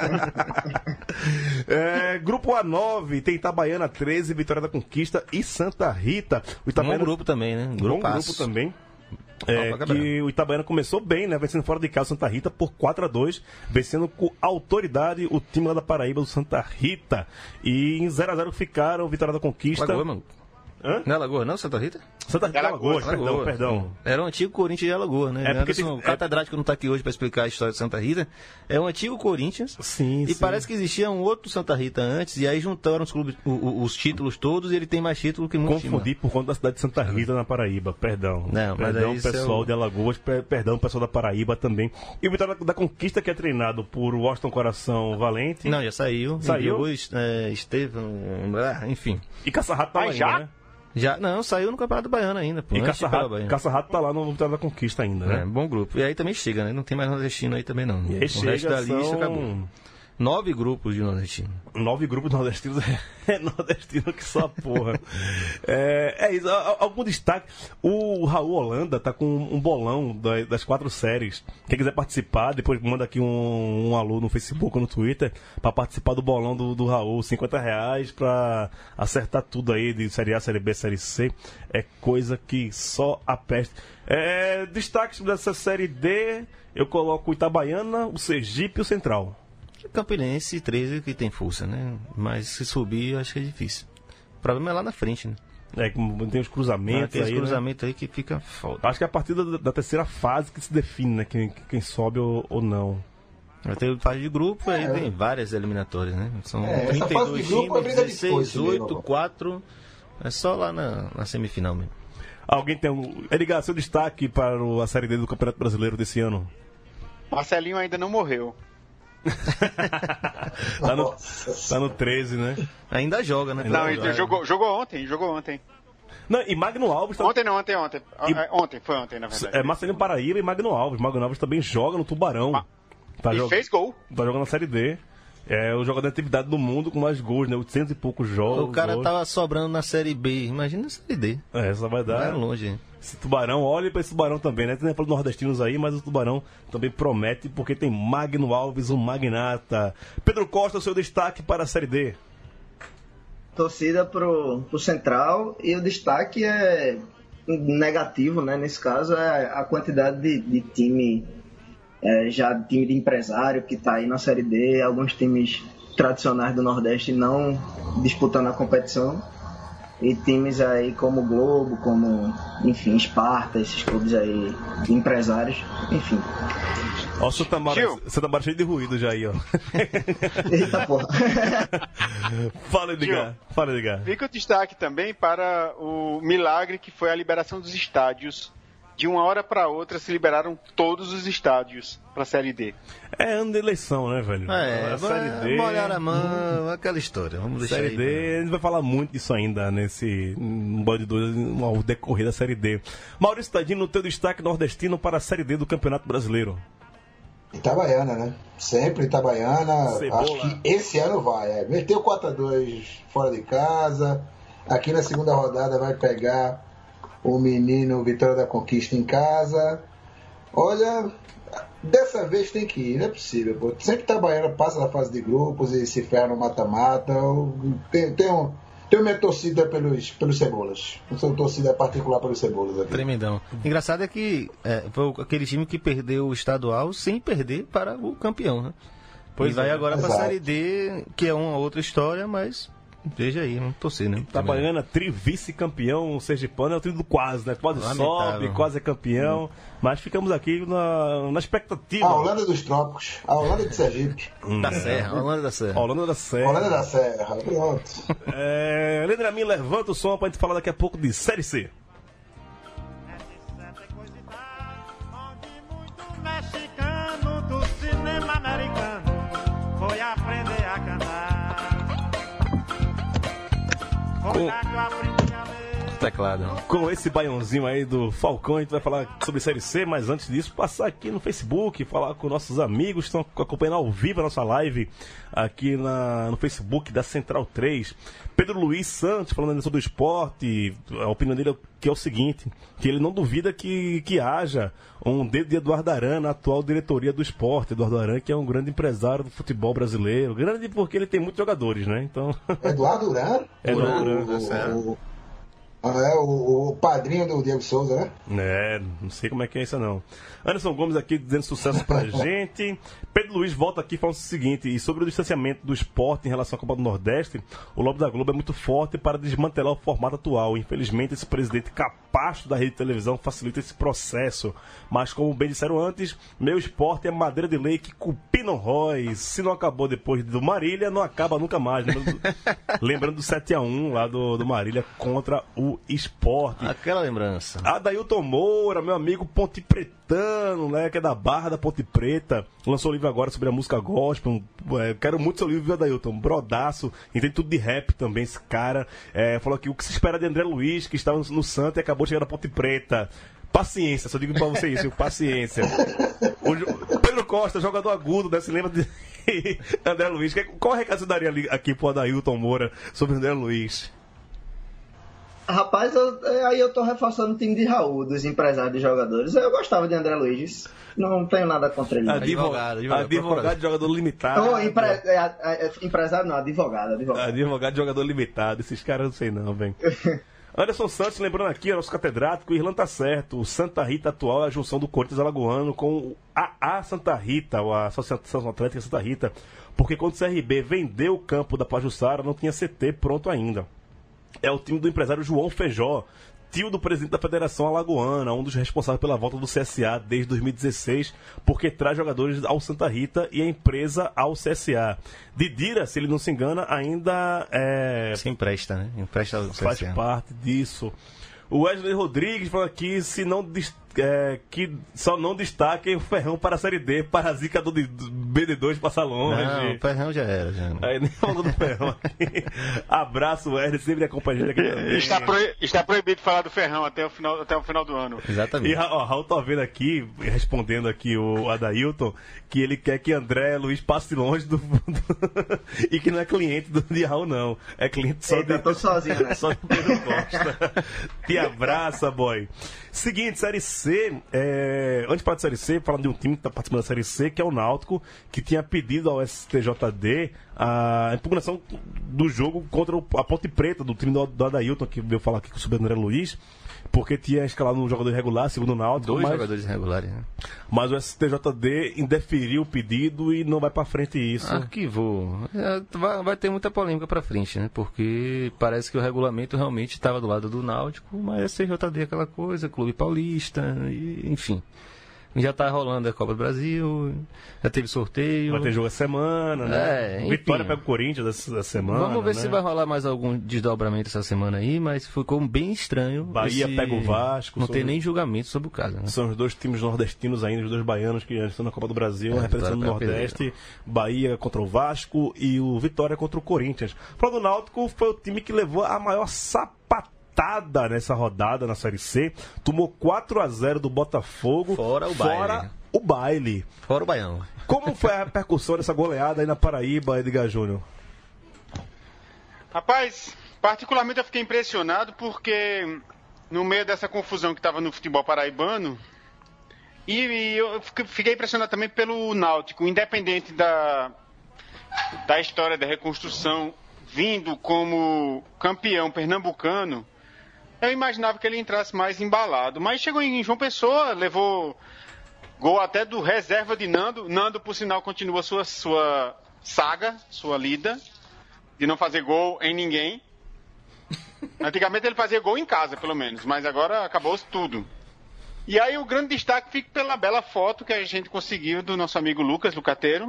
Grupo A9, tem Itabaiana 13, Vitória da Conquista e Santa Rita. Bom grupo também, né? Bom grupo também. Que o Itabaiana começou bem, né? Vencendo fora de casa o Santa Rita por 4-2, vencendo com autoridade o time lá da Paraíba, do Santa Rita. E em 0-0 ficaram Vitória da Conquista. Lagoa, mano. Não é Alagoas, não, Santa Rita? Santa Rita, Alagoas, perdão. Era o antigo Corinthians de Alagoas, né? O catedrático não está aqui hoje para explicar a história de Santa Rita. É o antigo Corinthians. Sim. Parece que existia um outro Santa Rita antes, e aí juntaram os clubes, os títulos todos, e ele tem mais título que muito. Confundi por conta da cidade de Santa Rita, na Paraíba, perdão. Perdão, pessoal de Alagoas, perdão, pessoal da Paraíba também. E o Vitória da Conquista, que é treinado por Washington Coração Valente. Não, já saiu. Saiu? Estevão, enfim. E Caça-Rato tá lá ainda, né? Já, não, saiu no Campeonato Baiano ainda. Pô, e Caça-Rato tá lá no Vitória da Conquista ainda, né? Bom grupo. E aí também chega, né? Não tem mais nordestino aí também não. E aí o resto da lista acabou. 9 grupos de nordestino. 9 grupos nordestinos é nordestino que só porra. É isso. Algum destaque? O Raul Holanda tá com um bolão das 4 séries. Quem quiser participar, depois manda aqui um alô no Facebook ou no Twitter pra participar do bolão do Raul. R$50 pra acertar tudo aí de Série A, Série B, Série C. É coisa que só a peste. Destaques dessa Série D, eu coloco o Itabaiana, o Sergipe e o Central. Campinense 13 que tem força, né? Mas se subir, eu acho que é difícil. O problema é lá na frente, né? Tem os cruzamentos tem aí, os cruzamentos aí que fica foda. Acho que é a partir da terceira fase que se define, né? Quem sobe ou não. Tem fase de grupo, aí tem várias eliminatórias, né? São essa fase de 32 grupo times, é briga de 16, foice, 8, 4. É só lá na semifinal mesmo. Alguém tem Edgar, seu destaque para a Série D do Campeonato Brasileiro desse ano? Marcelinho ainda não morreu. tá no 13, né? Ainda joga, né? Não, ele jogou ontem. Não, e Magno Alves... Ontem, foi ontem, na verdade. Marcelinho Paraíba e Magno Alves. Magno Alves também joga no Tubarão. Fez gol. Tá jogando na Série D. É o jogador de atividade do mundo com mais gols, né? 800 e poucos jogos. O cara tava sobrando na Série B. Imagina na Série D. Só vai dar... Vai longe, hein? Esse Tubarão, olha pra esse Tubarão também, né? Tem falando nordestinos aí, mas o Tubarão também promete, porque tem Magno Alves, um magnata. Pedro Costa, o seu destaque para a Série D. Torcida pro Central, e o destaque é negativo, né? Nesse caso, é a quantidade de time, já time de empresário que tá aí na Série D, alguns times tradicionais do Nordeste não disputando a competição. E times aí como o Globo, como, enfim, Esparta, esses clubes aí de empresários, enfim. Ó, o Santa Mara cheio de ruído já aí, ó. Eita porra. Fala, Edgar. Fica o destaque também para o milagre que foi a liberação dos estádios. De uma hora para outra se liberaram todos os estádios para a Série D. É ano de eleição, né, velho? A Série D. Molhar a mão, aquela história. Vamos deixar Série aí. D, a gente vai falar muito disso ainda nesse Bode 2, ao decorrer da Série D. Maurício Tadinho, no teu destaque nordestino para a Série D do Campeonato Brasileiro. Itabaiana, né? Sempre Itabaiana. Cebola. Acho que esse ano vai. Meteu 4-2 fora de casa. Aqui na segunda rodada vai pegar o menino Vitória da Conquista em casa. Olha, dessa vez tem que ir, não é possível. Pô. Sempre Itabaiana passa da fase de grupos e se ferra no mata-mata. Tenho minha torcida pelos Cebolas. Não sou torcida particular pelos Cebolas aqui. Tremendão. Engraçado é que foi aquele time que perdeu o estadual sem perder para o campeão, né? Pois vai agora para a Série D, que é uma outra história, mas veja aí, vamos torcer, né? Itabaiana, tri-vice-campeão, o Sergipano é o time do quase, né? Quase sobe, quase é campeão. Mas ficamos aqui na expectativa. A Holanda dos Trópicos, a Holanda de Sergipe. Da Serra, a Holanda da Serra. Holanda da Serra. Holanda da Serra, pronto. Leandro Amin, levanta o som pra gente falar daqui a pouco de Série C. Mexicano do cinema americano foi aprender a cantar. Teclado. Com esse baiãozinho aí do Falcão, a gente vai falar sobre Série C, mas antes disso, passar aqui no Facebook, falar com nossos amigos que estão acompanhando ao vivo a nossa live aqui no Facebook da Central 3. Pedro Luiz Santos falando sobre o esporte, a opinião dele que é o seguinte, que ele não duvida que haja um dedo de Eduardo Aran na atual diretoria do esporte. Eduardo Aran, que é um grande empresário do futebol brasileiro, grande porque ele tem muitos jogadores, né? Então... Eduardo Aran? O padrinho do Diego Souza, né? Não sei como é que é isso não. Anderson Gomes aqui dizendo sucesso pra gente. Pedro Luiz volta aqui falando o seguinte, e sobre o distanciamento do esporte em relação à Copa do Nordeste, o lobby da Globo é muito forte para desmantelar o formato atual. Infelizmente, esse presidente capacho da rede de televisão facilita esse processo. Mas, como bem disseram antes, meu esporte é madeira de lei que cupim não rói. Se não acabou depois do Marília, não acaba nunca mais. Lembrando do 7-1 lá do Marília contra o Esporte. Aquela lembrança. Adailton Moura, meu amigo Ponte Pretano, né, que é da Barra da Ponte Preta, lançou um livro agora sobre a música gospel. Quero muito seu livro, viu, Adailton? Brodaço, entende tudo de rap também, esse cara. Falou aqui o que se espera de André Luiz, que estava no Santa e acabou chegando na Ponte Preta. Paciência, só digo pra você isso, paciência. O Pedro Costa, jogador agudo, né? Se lembra de André Luiz. Qual recado você daria aqui pro Adailton Moura sobre André Luiz? Rapaz, aí eu tô reforçando o time de Raul, dos empresários de jogadores. Eu gostava de André Luiz. Não tenho nada contra ele. Advogado de jogador limitado. Empresário não, advogado. Advogado de jogador limitado. Esses caras eu não sei não, velho. Anderson Santos, lembrando aqui, nosso catedrático, o Irlan tá certo. O Santa Rita atual é a junção do Corinthians Alagoano com o AA Santa Rita, ou a Associação Atlética Santa Rita, porque quando o CRB vendeu o campo da Pajuçara, não tinha CT pronto ainda. É o time do empresário João Feijó, tio do presidente da Federação Alagoana, um dos responsáveis pela volta do CSA desde 2016, porque traz jogadores ao Santa Rita e a empresa ao CSA. Didira, se ele não se engana, ainda se empresta, né? Empresta ao CSA. Faz parte disso. O Wesley Rodrigues fala aqui que só não destaquem o Ferrão para a Série D, para a zica do BD2 passar longe. Não, o Ferrão já era. Aí nem falou do Ferrão aqui. Abraço, Wesley, sempre acompanha a gente aqui também. Está proibido falar do Ferrão até o final do ano. Exatamente. E Raul tá vendo aqui, respondendo aqui o Adailton, que ele quer que André Luiz passe longe e que não é cliente de Raul, não. É cliente só Eu tô sozinho, né? Só do Pedro Costa. Te abraça, boy. Seguinte, Série C. Antes de falar de Série C, falando de um time que está participando da Série C, que é o Náutico, que tinha pedido ao STJD a impugnação do jogo contra a Ponte Preta, do time do Adailton, que veio falar aqui com o Super André Luiz, porque tinha escalado um jogador irregular, segundo o Náutico. Dois jogadores irregulares, né? Mas o STJD indeferiu o pedido e não vai pra frente isso. Arquivou. Vai ter muita polêmica pra frente, né? Porque parece que o regulamento realmente estava do lado do Náutico, mas o STJD é aquela coisa, Clube Paulista, enfim. Já tá rolando a Copa do Brasil, já teve sorteio. Vai ter jogo essa semana, né? Vitória pega o Corinthians essa semana. Vamos ver, né? se vai rolar mais algum desdobramento essa semana aí, mas ficou bem estranho. Bahia pega o Vasco. Não tem nem julgamento sobre o caso, né? São os dois times nordestinos ainda, os dois baianos que estão na Copa do Brasil, representando o Nordeste. Bahia contra o Vasco e o Vitória contra o Corinthians. O do Náutico foi o time que levou a maior sapatada nessa rodada na Série C, tomou 4-0 do Botafogo, fora o baile. Fora o Baião. Como foi a repercussão dessa goleada aí na Paraíba, Edgar Júnior? Rapaz, particularmente eu fiquei impressionado porque no meio dessa confusão que estava no futebol paraibano, e eu fiquei impressionado também pelo Náutico, independente da história da reconstrução, vindo como campeão pernambucano, eu imaginava que ele entrasse mais embalado. Mas chegou em João Pessoa, levou gol até do reserva de Nando. Nando, por sinal, continua sua saga, sua lida, de não fazer gol em ninguém. Antigamente ele fazia gol em casa, pelo menos, mas agora acabou-se tudo. E aí o grande destaque fica pela bela foto que a gente conseguiu do nosso amigo Lucas Lucateiro,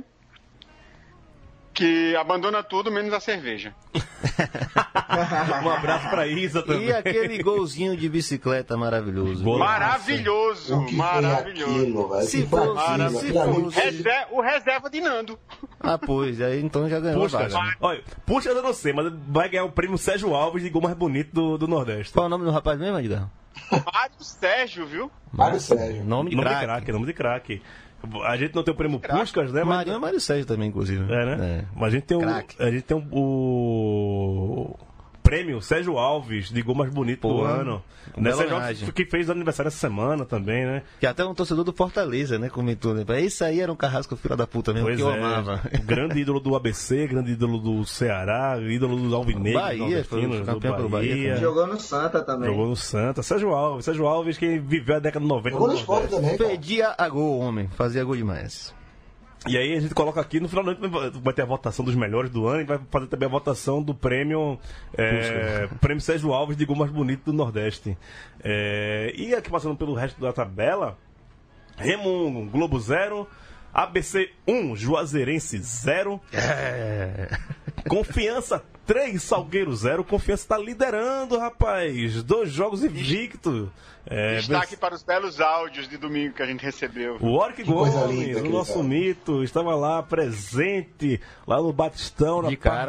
que abandona tudo menos a cerveja. Um abraço pra Isa também. E aquele golzinho de bicicleta maravilhoso. Maravilhoso, maravilhoso. Se fosse o reserva de Nando. Pois, aí então já ganhou. Olha, puxa, eu não sei, mas vai ganhar o prêmio Sérgio Alves de gol mais bonito do Nordeste. Qual é o nome do rapaz mesmo, Edgar? Mário Sérgio, viu? Mário Sérgio. Nome de craque. A gente não tem o prêmio Puskas, né? Marinho é Mário Sérgio também, inclusive. Né? Mas a gente tem o prêmio Sérgio Alves de gol mais bonito do ano. Sérgio Alves, que fez aniversário essa semana também, né? Que até um torcedor do Fortaleza, né? Comentou, né? Isso aí era um carrasco filho da puta mesmo, que eu amava. Grande ídolo do ABC, grande ídolo do Ceará, ídolo dos Alvinegros. Bahia, foi campeão pelo Bahia. Jogou no Santa também. Jogou no Santa. Sérgio Alves que viveu a década de 90. Jogou no Sport também. Pedia a gol, homem. Fazia gol demais. E aí a gente coloca aqui, no final da noite vai ter a votação dos melhores do ano e vai fazer também a votação do prêmio prêmio Sérgio Alves de gol mais bonito do Nordeste. E aqui passando pelo resto da tabela, Remo 1, Globo 0, ABC 1, Juazeirense 0, Confiança 3, Salgueiro 0. Confiança está liderando, rapaz. 2 jogos invicto. Destaque para os belos áudios de domingo que a gente recebeu. O Oric Gomes, o nosso mito, estava lá presente, lá no Batistão. De cara.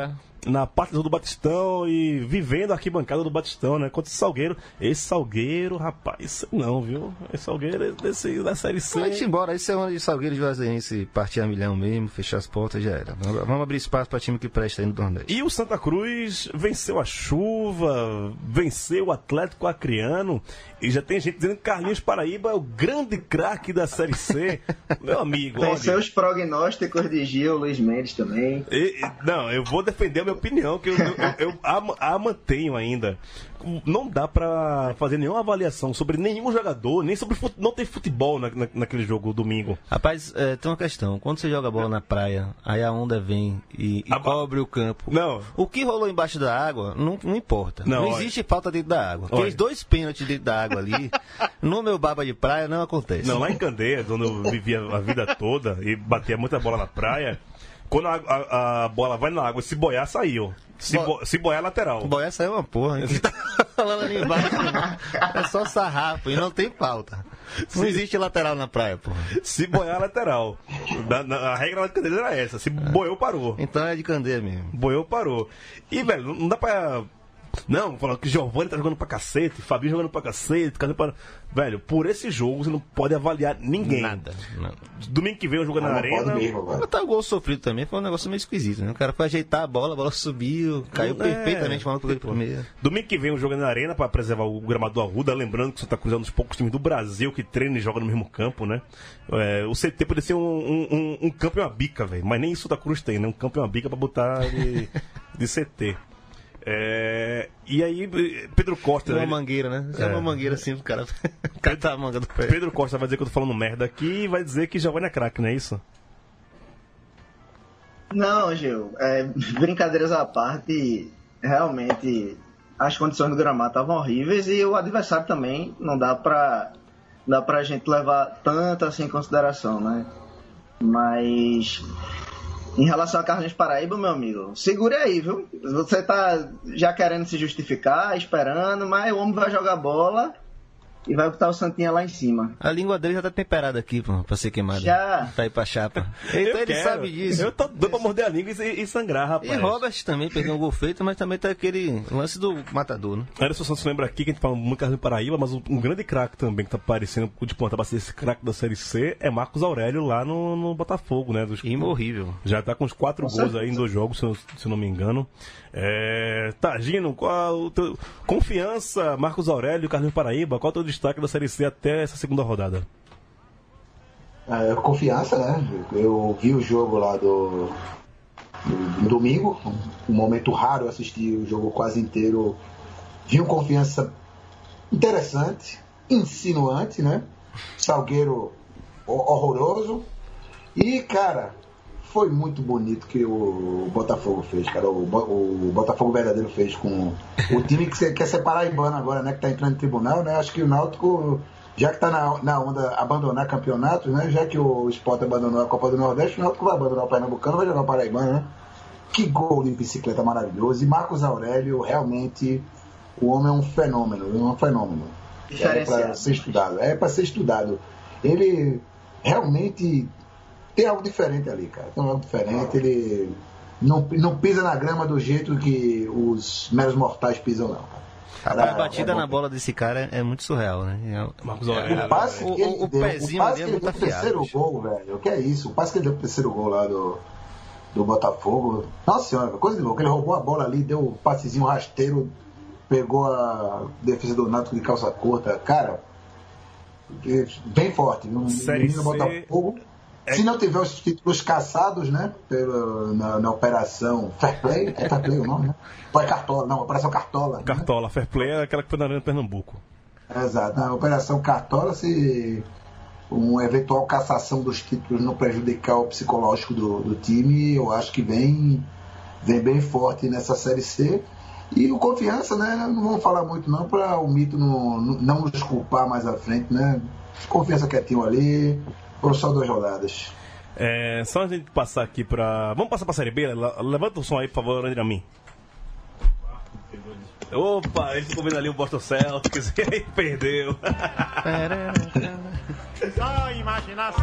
na parte do Batistão e vivendo a arquibancada do Batistão, né? Contra esse Salgueiro. Esse Salgueiro, rapaz, não, viu? Esse Salgueiro da Série C. Vamos embora, isso é onde Salgueiro de Juazeirense partir a milhão mesmo, fechar as portas, já era. Vamos abrir espaço para time que presta aí no Nordeste. E o Santa Cruz venceu a chuva, venceu o Atlético Acreano, e já tem gente dizendo que Carlinhos Paraíba é o grande craque da Série C. Meu amigo, venceu os prognósticos de Gil, Luiz Mendes também. Não, eu vou defender a minha opinião, que eu a mantenho ainda. Não dá pra fazer nenhuma avaliação sobre nenhum jogador, nem sobre não ter futebol naquele jogo domingo. Rapaz, tem uma questão. Quando você joga bola na praia, aí a onda vem e cobre o campo. Não. O que rolou embaixo da água não importa. Não existe falta dentro da água. Aqueles 2 pênaltis dentro da água ali, no meu baba de praia não acontece. Não, lá em Candeias, onde eu vivia a vida toda e batia muita bola na praia, quando a bola vai na água, se boiar, saiu. Se boiar, lateral. Boiar saiu uma porra. Hein? Tá falando ali embaixo, é só sarrafo e não tem falta. Não existe lateral na praia, porra. Se boiar, lateral. A regra lá de Candeias era essa. Se boiou, parou. Então é de Candeias mesmo. Boiou, parou. E, velho, não dá pra... Não, falando que Giovani tá jogando pra cacete, Fabinho jogando pra cacete, velho, por esse jogo você não pode avaliar ninguém. Nada. Não. Domingo que vem eu jogando na arena. Tá o gol sofrido também, foi um negócio meio esquisito, né? O cara foi ajeitar a bola subiu, caiu perfeitamente mal pro gol de primeira. Domingo que vem eu jogando na arena pra preservar o gramado do Arruda, lembrando que o Santa Cruz é um dos poucos times do Brasil que treina e joga no mesmo campo, né? O CT poderia ser um campo e uma bica, velho, mas nem isso o Santa Cruz tem, né? Um campo e uma bica pra botar de CT. E aí, Pedro Costa. Uma mangueira, né? É uma mangueira assim pro cara catar a manga do pé. Pedro Costa vai dizer que eu tô falando merda aqui e vai dizer que Giovani é craque, não é isso? Não, Gil. Brincadeiras à parte, realmente as condições do gramado estavam horríveis e o adversário também não dá pra gente levar tanto assim em consideração, né? Mas em relação a Carlinhos Paraíba, meu amigo, segure aí, viu? Você tá já querendo se justificar, esperando, mas o homem vai jogar bola e vai botar o Santinha lá em cima. A língua dele já tá temperada aqui, pra ser queimada. Já. Pra ir pra chapa. Então ele sabe disso. Eu tô doido pra morder a língua e sangrar, rapaz. E Robert também perdeu um gol feito, mas também tá aquele lance do matador, né? Anderson Santos lembra aqui que a gente fala muito Carlinhos Paraíba, mas um grande craque também que tá aparecendo de ponta pra ser esse craque da Série C é Marcos Aurélio lá no Botafogo, né? Imorrível. Já tá com uns 4 gols aí em 2 jogos, se não me engano. Tá, Gino, qual o teu... Confiança, Marcos Aurélio e Carlinhos Paraíba, qual é o teu destaque da Série C até essa segunda rodada? Confiança, né? Eu vi o jogo lá do domingo, um momento raro, assisti o jogo quase inteiro. Vi um Confiança interessante, insinuante, né? Salgueiro horroroso. E, cara, foi muito bonito que o Botafogo fez, cara. O Botafogo verdadeiro fez com o time que quer ser paraibano agora, né? Que tá entrando no tribunal, né? Acho que o Náutico, já que tá na onda abandonar campeonatos, né? Já que o Sport abandonou a Copa do Nordeste, o Náutico vai abandonar o Pernambucano, vai jogar o paraibano, né? Que gol de bicicleta maravilhoso. E Marcos Aurélio, realmente, o homem é um fenômeno. É para ser estudado. Ele realmente tem algo diferente ali, cara. Tem algo diferente. Ele não pisa na grama do jeito que os meros mortais pisam, não, cara. A batida na bola desse cara é muito surreal, né? Marcos Aurélio. O pezinho ali é muito afiado. O terceiro gol, velho. O que é isso? O passe que ele deu pro terceiro gol lá do Botafogo. Nossa senhora, coisa de louco. Ele roubou a bola ali, deu um passezinho rasteiro, pegou a defesa do Náutico de calça curta. Cara, bem forte. Um menino Botafogo. Se não tiver os títulos caçados, né, na operação Fair Play, é Fair Play o nome, né? Ou é Cartola? Não, Operação Cartola. Cartola, né? Fair Play é aquela que foi na Arena de Pernambuco. Exato, na Operação Cartola, se uma eventual cassação dos títulos não prejudicar o psicológico do time, eu acho que vem bem forte nessa Série C. E o Confiança, né, não vamos falar muito não, para o mito não nos culpar mais à frente, né? Confiança quietinho ali. Foram só 2 rodadas. Só a gente passar aqui pra... Vamos passar pra Série B? Levanta o som aí, por favor, André Amin. Opa, ele ficou vendo ali o Boston Celtics e aí perdeu. Só imaginação.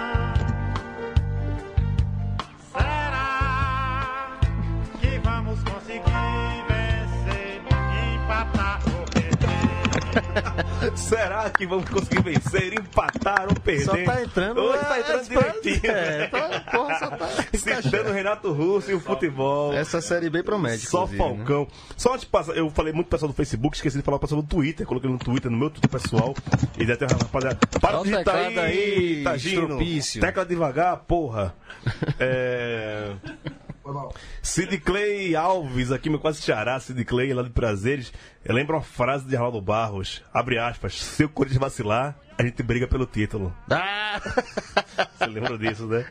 Será que vamos conseguir? Será que vamos conseguir vencer, empatar ou perder? Só tá entrando. Hoje tá entrando direitinho. Porra, só tá. Citando o Renato Russo e o futebol. Essa Série B promete. Só Falcão. Né? Só antes de passar, eu falei muito pessoal do Facebook, esqueci de falar pro pessoal do Twitter. Coloquei no Twitter, no meu Twitter pessoal. E daí tem uma rapaziada. Para de digitar aí, Tagino. Tecla devagar, porra. Sid Clay Alves, aqui, meu quase xará, Sid Clay, lá de Prazeres. Eu lembro uma frase de Arnaldo Barros, abre aspas, se o Corinthians vacilar, a gente briga pelo título. Você lembra disso, né?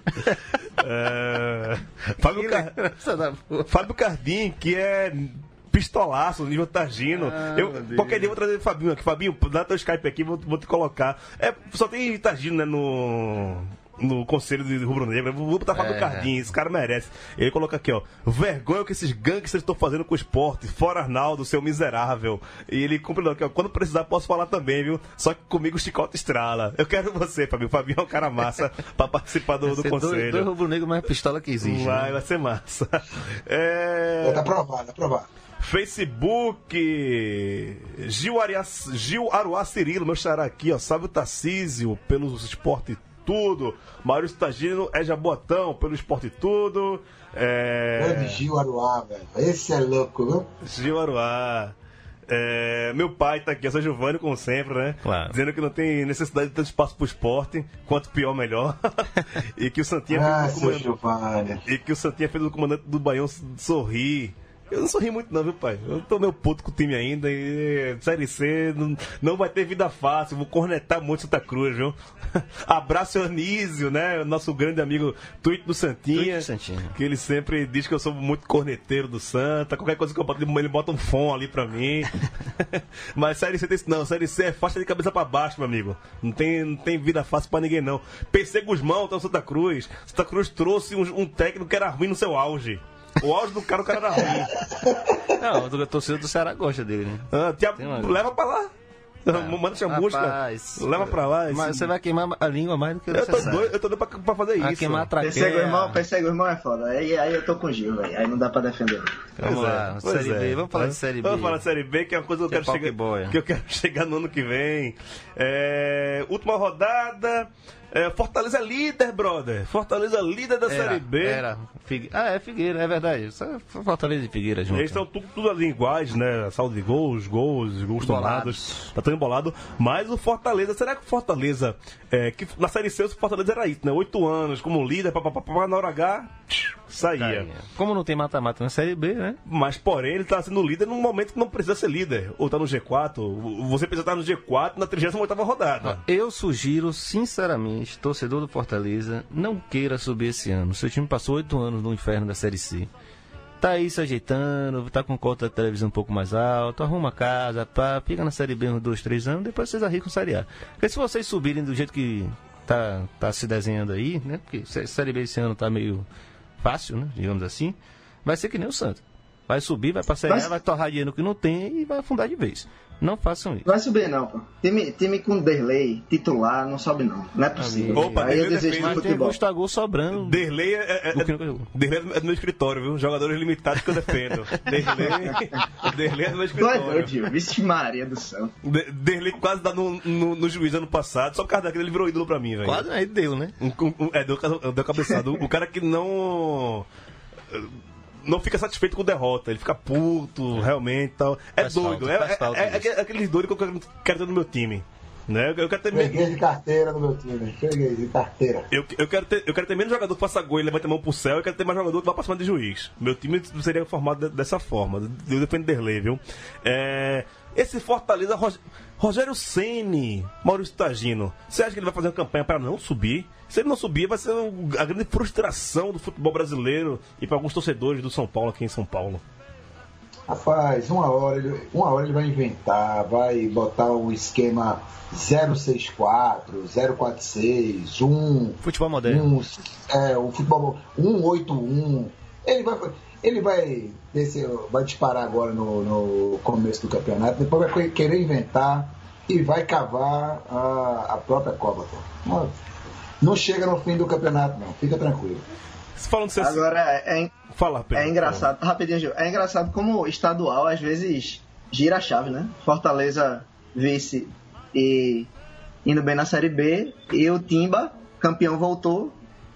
Fábio Cardim, que é pistolaço, nível Tagino. Qualquer dia eu vou trazer o Fabinho aqui. Fabinho, dá teu Skype aqui, vou te colocar. Só tem Tagino, né, no Conselho de Rubro Negro. Vou botar Fábio Cardim, esse cara merece. Ele coloca aqui, ó, vergonha que esses gangsters estão fazendo com o esporte, fora Arnaldo, seu miserável. E ele completou aqui, ó, quando precisar posso falar também, viu? Só que comigo o chicote estrala. Eu quero você, Fabinho. O Fabinho é um cara massa pra participar do Conselho. Dois Rubro Negro mais pistola que existe. Vai ser massa. Tá aprovado. Facebook, Gil Aruá Cirilo, meu xará aqui, ó, Sábio Tarcísio, pelo Esporte Tudo, Maurício Tagino é Jaboatão, pelo Esporte Tudo. Grande Gil Aruá, velho, esse é louco, viu? Gil Aruá. Meu pai tá aqui, eu sou Giovanni, como sempre, né? Claro. Dizendo que não tem necessidade de tanto espaço pro esporte, quanto pior, melhor. E que o Santinha fez o comandante do Baião sorrir. Eu não sorri muito não, viu, pai? Eu tô meio puto com o time ainda e Série C não vai ter vida fácil, vou cornetar muito Santa Cruz, viu? Abraço Anísio, né? Nosso grande amigo Tweet do Santinha, que ele sempre diz que eu sou muito corneteiro do Santa, qualquer coisa que eu boto, ele bota um fone ali pra mim. Mas Série C tem isso não, Série C é faixa de cabeça pra baixo, meu amigo. Não tem vida fácil pra ninguém não. PC Guzmão tá no Santa Cruz. Santa Cruz trouxe um técnico que era ruim no seu auge. O auge do cara, o cara era ruim. Não, a torcida do Ceará gosta dele, né? Leva pra lá. Manda chamusca. Leva pra lá. Mas você vai queimar a língua mais do que necessário. Eu tô doido pra fazer isso. Vai queimar a traqueia. Persegue o irmão é foda. Aí eu tô com o Gil, velho. Aí não dá pra defender. Vamos lá, Série B. Vamos falar de Série B. Vamos falar de Série B, que é uma coisa que eu quero chegar no ano que vem. Última rodada. Fortaleza é líder, brother. Fortaleza líder da Série B. Figueira, é verdade. Fortaleza e Figueira juntos. Eles estão tudo ali iguais, né? Saldo de gols tomados. Tá tão embolado. Mas o Fortaleza, será que o Fortaleza, que na Série C o Fortaleza era isso, né? 8 anos como líder, na hora H, saía. Como não tem mata-mata na Série B, né? Mas, porém, ele tá sendo líder num momento que não precisa ser líder. Ou tá no G4. Você precisa estar no G4 na 38ª rodada. Eu sugiro, sinceramente, torcedor do Fortaleza, não queira subir esse ano. Seu time passou 8 anos no inferno da Série C. Tá aí se ajeitando, tá com cota de televisão um pouco mais alto, arruma a casa, fica na Série B uns 2, 3 anos, depois vocês arriscam Série A. Porque se vocês subirem do jeito que tá se desenhando aí, né? Porque Série B esse ano tá meio fácil, né? Digamos assim. Vai ser que nem o Santos. Vai subir, vai pra Série A, vai torrar dinheiro que não tem e vai afundar de vez. Não façam isso. Vai subir não, pô. Time com Derlei, titular, não sobe não. Não é possível. Opa, aí eu desisto do futebol. Gustavo sobrando. Derlei é do meu escritório, viu? Jogadores limitados que eu defendo. Derlei é do meu escritório. Vixe Maria do céu. Derlei quase dá no juiz ano passado, só por causa daquele ele virou ídolo pra mim, velho. Quase aí deu, né? Deu cabeçado. O cara que não fica satisfeito com derrota, ele fica puto, realmente tal. Doido, aqueles doidos que eu quero ter no meu time. Né? Eu quero ter Freguês de carteira no meu time. Freguês de carteira. Eu quero ter menos jogador que faça gol e levante a mão pro céu. Eu quero ter mais jogador que vá pra cima de juiz. Meu time seria formado dessa forma. Eu defendo Derlei, viu? Esse Fortaleza, Rogério Ceni, Maurício Tagino, você acha que ele vai fazer uma campanha para não subir? Se ele não subir, vai ser a grande frustração do futebol brasileiro e para alguns torcedores do São Paulo aqui em São Paulo. Rapaz, uma hora ele vai inventar, vai botar um esquema 064, 046, futebol moderno. O futebol 181. Ele vai disparar agora no começo do campeonato, depois vai querer inventar e vai cavar a própria cova. Não chega no fim do campeonato, não. Fica tranquilo. Agora, é engraçado, rapidinho, Gil. É engraçado como o estadual, às vezes, gira a chave, né? Fortaleza vice e indo bem na Série B. E o Timba, campeão, voltou,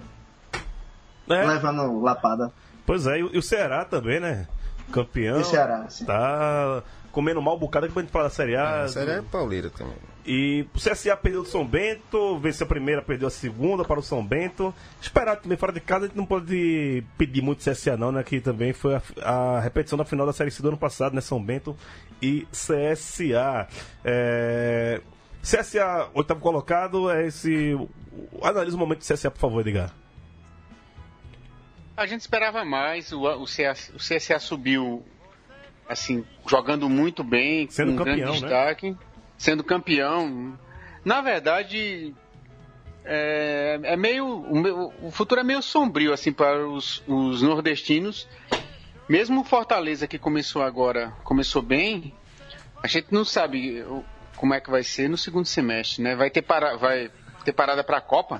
levando lapada. Pois é, e o Ceará também, né? Campeão. E o Ceará, sim. Tá comendo mal um bocado aqui pra gente falar da Série A. A Série A é pauleira também. E o CSA perdeu do São Bento, venceu a primeira, perdeu a segunda para o São Bento. Esperar também fora de casa, a gente não pode pedir muito CSA não, né? Que também foi a repetição da final da Série C do ano passado, né? São Bento e CSA. CSA, oitavo colocado, é esse... Analisa o momento do CSA, por favor, Edgar. A gente esperava mais, o CSA subiu, assim, jogando muito bem, sendo com campeão, grande destaque. Né? Sendo campeão. Na verdade, o futuro é meio sombrio assim para os nordestinos. Mesmo o Fortaleza, que começou agora, começou bem, a gente não sabe como é que vai ser no segundo semestre, né? Vai ter parada para a Copa?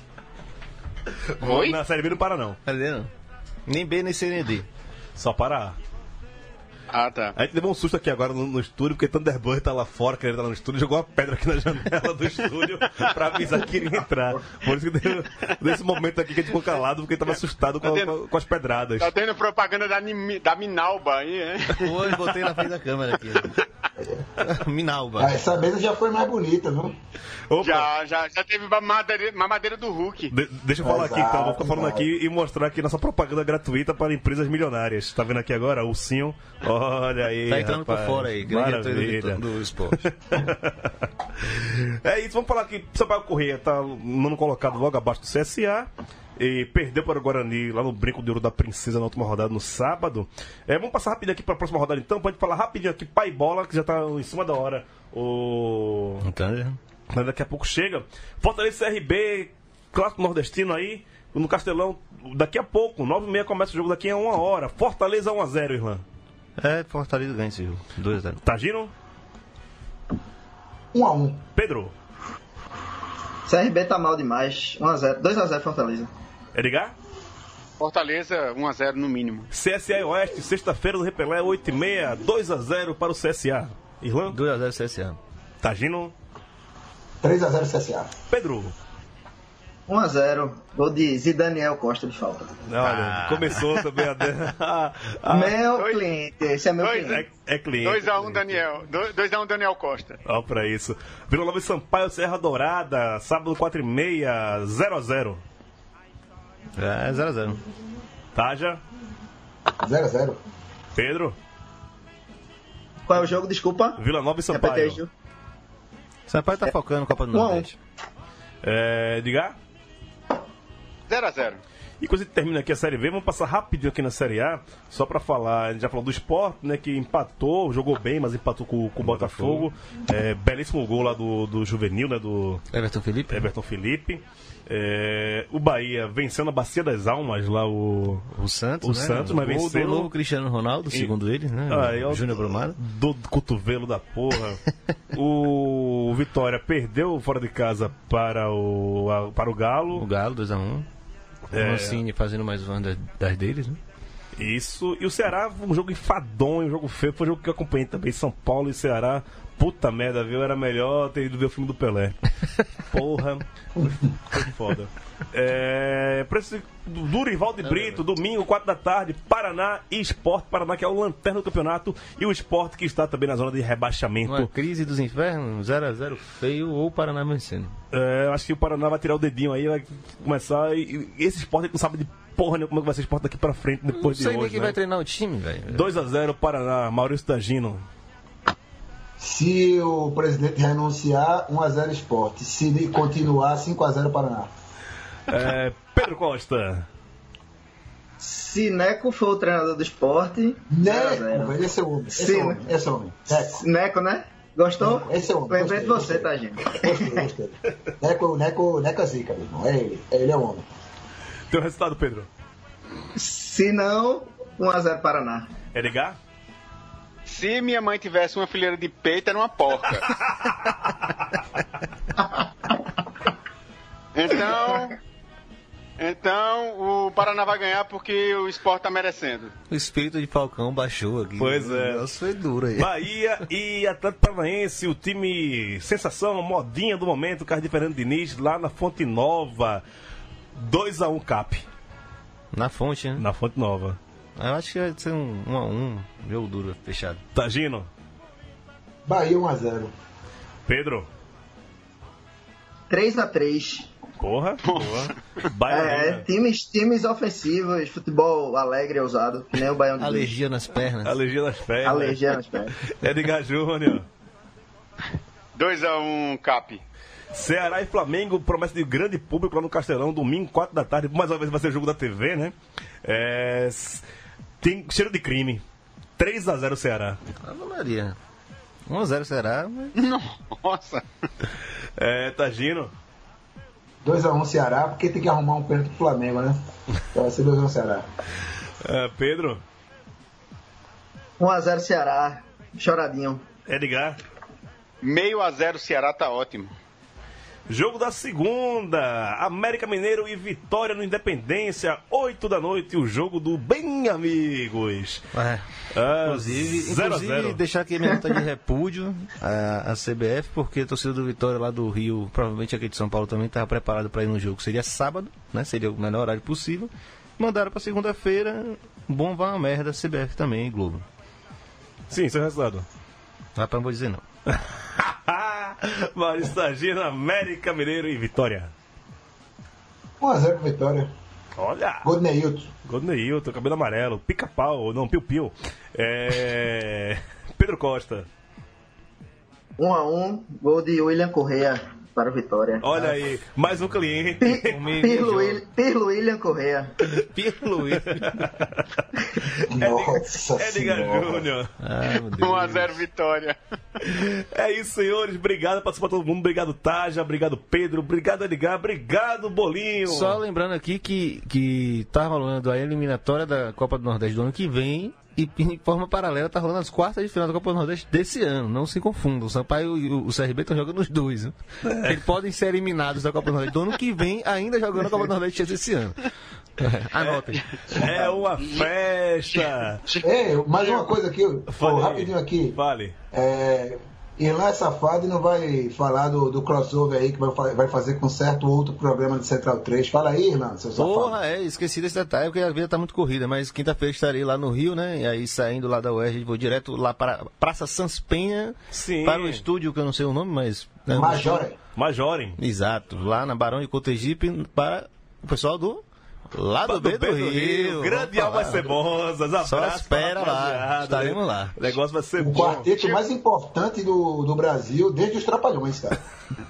Oi? Na Série B não para não. Nem B, nem C, nem D. Só para A. Ah, tá. A gente levou um susto aqui agora no estúdio, porque Thunderbird tá lá fora, querendo estar no estúdio, jogou uma pedra aqui na janela do estúdio pra avisar que iria entrar. Por isso que deu nesse momento aqui que a gente ficou calado, porque tava assustado com as pedradas. Tá tendo propaganda da Minalba aí, né? Hoje botei na frente da câmera aqui. Minalba. Essa mesa já foi mais bonita, viu? Já teve mamadeira do Hulk. Deixa eu falar aqui então, vou ficar falando aqui e mostrar aqui nossa propaganda gratuita para empresas milionárias. Tá vendo aqui agora? O Ursinho. Olha aí, tá entrando rapaz. por fora aí, grande do esporte. É isso, vamos falar aqui. Sampaio Corrêa tá nono colocado logo abaixo do CSA. E perdeu para o Guarani lá no Brinco de Ouro da Princesa na última rodada no sábado. Vamos passar rapidinho aqui para a próxima rodada então, pra gente falar rapidinho aqui, Pai Bola, que já tá em cima da hora. Mas daqui a pouco chega. Fortaleza CRB, clássico nordestino aí, no Castelão, daqui a pouco, 9h30 começa o jogo, daqui a 1 hora. Fortaleza 1-0, Irlan. Fortaleza ganha esse jogo, 2-0. Tagino? 1-1. Pedro? CRB tá mal demais, 1-0, 2-0 Fortaleza. Edgar? Fortaleza 1-0 no mínimo. CSA Oeste, sexta-feira no Repelé, 8h30, 2-0 para o CSA. Irlan? 2-0 CSA. Tagino? 3-0 CSA. Pedro? 1-0, gol de Zidaniel Costa de falta. Olha, começou também meu cliente, esse é meu cliente. É cliente. 2-1 Daniel, 2-1 Daniel Costa. Olha pra isso. Vila Nova e Sampaio, Serra Dourada, sábado 4h30, 0-0. 0-0. Taja? 0-0. Pedro? Qual é o jogo, desculpa? Vila Nova e Sampaio. Sampaio tá focando no Copa do Nordeste. Edgar? 0-0. E quando a gente termina aqui a Série V, vamos passar rapidinho aqui na Série A, só pra falar, a gente já falou do Sport, né, que empatou, jogou bem, mas empatou com o Botafogo. Belíssimo gol lá do Juvenil, né, do Everton Felipe. O Bahia venceu na Bacia das Almas lá o Santos, né? Santos, mas venceu. O novo Cristiano Ronaldo, segundo ele, né? O Júnior Brumado. Do cotovelo da porra. O Vitória perdeu fora de casa para o Galo. O Galo, 2-1. O Mancini fazendo mais uma das deles, né? Isso. E o Ceará, um jogo enfadonho, um jogo feio. Foi um jogo que eu acompanhei também. São Paulo e Ceará. Puta merda, viu? Era melhor ter ido ver o filme do Pelé. Porra. Foi foda. Durival de Brito, domingo, 4 da tarde, Paraná e Sport. Paraná, que é o lanterna do campeonato, e o Sport, que está também na zona de rebaixamento. Uma crise dos infernos, 0-0 feio, ou o Paraná vencendo. Acho que o Paraná vai tirar o dedinho aí, vai começar. E esse Sport não sabe de porra nenhuma como é que vai ser o Sport daqui pra frente depois de hoje. Não sei nem quem vai treinar o time, velho. 2-0 Paraná, Maurício Tagino. Se o presidente renunciar, 1-0 Sport. Se continuar, 5-0 Paraná. Pedro Costa. Se Neco for o treinador do Sport, Neco, esse é o homem. Esse é o homem. Neco, né? Gostou? Esse é o homem. Lembrei de você, tá, gente? Gostei. Neco é zica, meu irmão. Ele é o homem. Teu resultado, Pedro? Se não, 1-0 Paraná. Edgar? Se minha mãe tivesse uma fileira de peito, era uma porca. Então, o Paraná vai ganhar porque o Sport tá merecendo. O espírito de Falcão baixou aqui. Pois é. Nossa, foi duro aí. Bahia e Atlético Paranaense, o time sensação, modinha do momento, Carlos de Fernando Diniz, lá na Fonte Nova. 2-1 Cap. Na Fonte, né? Na Fonte Nova. Eu acho que vai ser um 1-1, jogo duro, fechado. Tagino. Bahia 1-0. Pedro. 3-3. Porra. Bahia. Times ofensivos, futebol alegre e ousado, que nem o Baião de Alergia nas pernas. Alergia nas pernas. Alergia nas pernas. Edgar Júnior. 2-1 Cap. Ceará e Flamengo, promessa de grande público lá no Castelão, domingo, 4 da tarde. Mais uma vez vai ser jogo da TV, né? Tem cheiro de crime. 3-0 Ceará. Ave Maria. 1-0 Ceará. Mas... Nossa. Tagino. 2-1 Ceará, porque tem que arrumar um pênalti pro Flamengo, né? Então vai ser 2-1 Ceará. Pedro. 1-0 Ceará. Choradinho. Edgar. 0,5 Ceará tá ótimo. Jogo da segunda, América Mineiro e Vitória no Independência, 8 da noite, o jogo do Bem Amigos. Inclusive deixar aqui minha nota de repúdio à CBF, porque a torcida do Vitória lá do Rio, provavelmente aqui de São Paulo também estava preparado para ir no jogo. Seria sábado, né? Seria o melhor horário possível. Mandaram para segunda-feira, bom vá uma merda, CBF também, Globo. Sim, seu resultado. Rapaz, não vou dizer não. Maurício Tagino, América Mineiro e Vitória. 1-0 pro Vitória. Olha! Gol de Neilton. Gol de Neilton, cabelo amarelo, pica-pau, não, piu-piu. Pedro Costa. 1-1, gol de William Correa para o Vitória. Olha aí, mais um cliente. Pirlo William Correa. Pirlo William. Nossa Edgar Júnior. 1-0 Vitória. É isso, senhores. Obrigado, participar todo mundo. Obrigado, Taja. Obrigado, Pedro. Obrigado, Edgar. Obrigado, Bolinho. Só lembrando aqui que tá rolando a eliminatória da Copa do Nordeste do ano que vem. E em forma paralela tá rolando as quartas de final da Copa do Nordeste desse ano. Não se confundam. O Sampaio e o CRB estão jogando os dois. Né? Eles podem ser eliminados da Copa do Nordeste do ano que vem, ainda jogando a Copa do Nordeste desse ano. Anotem. É uma festa. Mais uma coisa aqui, rapidinho aqui. Fale. Irlan é safado e não vai falar do crossover aí que vai fazer com certo outro programa de Central 3. Fala aí, Irlan, seu safado. Porra, esqueci desse detalhe, porque a vida tá muito corrida, mas quinta-feira estarei lá no Rio, né? E aí saindo lá da UERJ, vou direto lá para Praça Sans Penha, para o estúdio, que eu não sei o nome, mas... Majorem. Exato, lá na Barão de Cotegipe, para o pessoal do... Lá do B do Rio. Grande Almas Cebosas. Abraço. Só espera lá. Estaremos lá. O negócio vai ser bom. O quarteto mais importante do Brasil desde os Trapalhões, cara.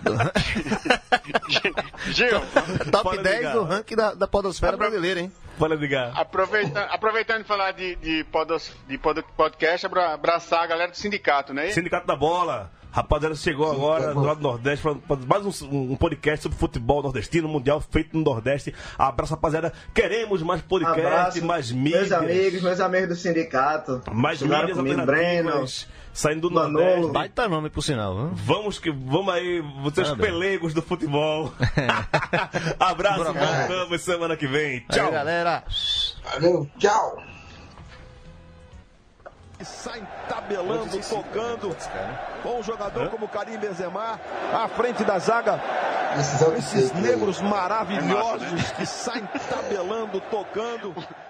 Gil, top 10 do ranking da podosfera brasileira, hein? Pode ligar. Aproveitando de falar de podcast, abraçar a galera do sindicato, né? Sindicato da Bola. Rapaziada, chegou agora do lado do Nordeste, mais um podcast sobre futebol nordestino, mundial feito no Nordeste. Abraço, rapaziada. Queremos mais podcast, mais mídias. Meus amigos do sindicato. Mais mídias alternativas. Saindo do Nordeste. Baita nome, por sinal. Hein? Vamos aí, vocês pelegos do futebol. Abraço, voltamos semana que vem. Tchau. Aí, galera. Valeu, tchau. Sai tabelando, tocando com um jogador como Karim Benzema à frente da zaga. Esses negros maravilhosos que saem tabelando, tocando.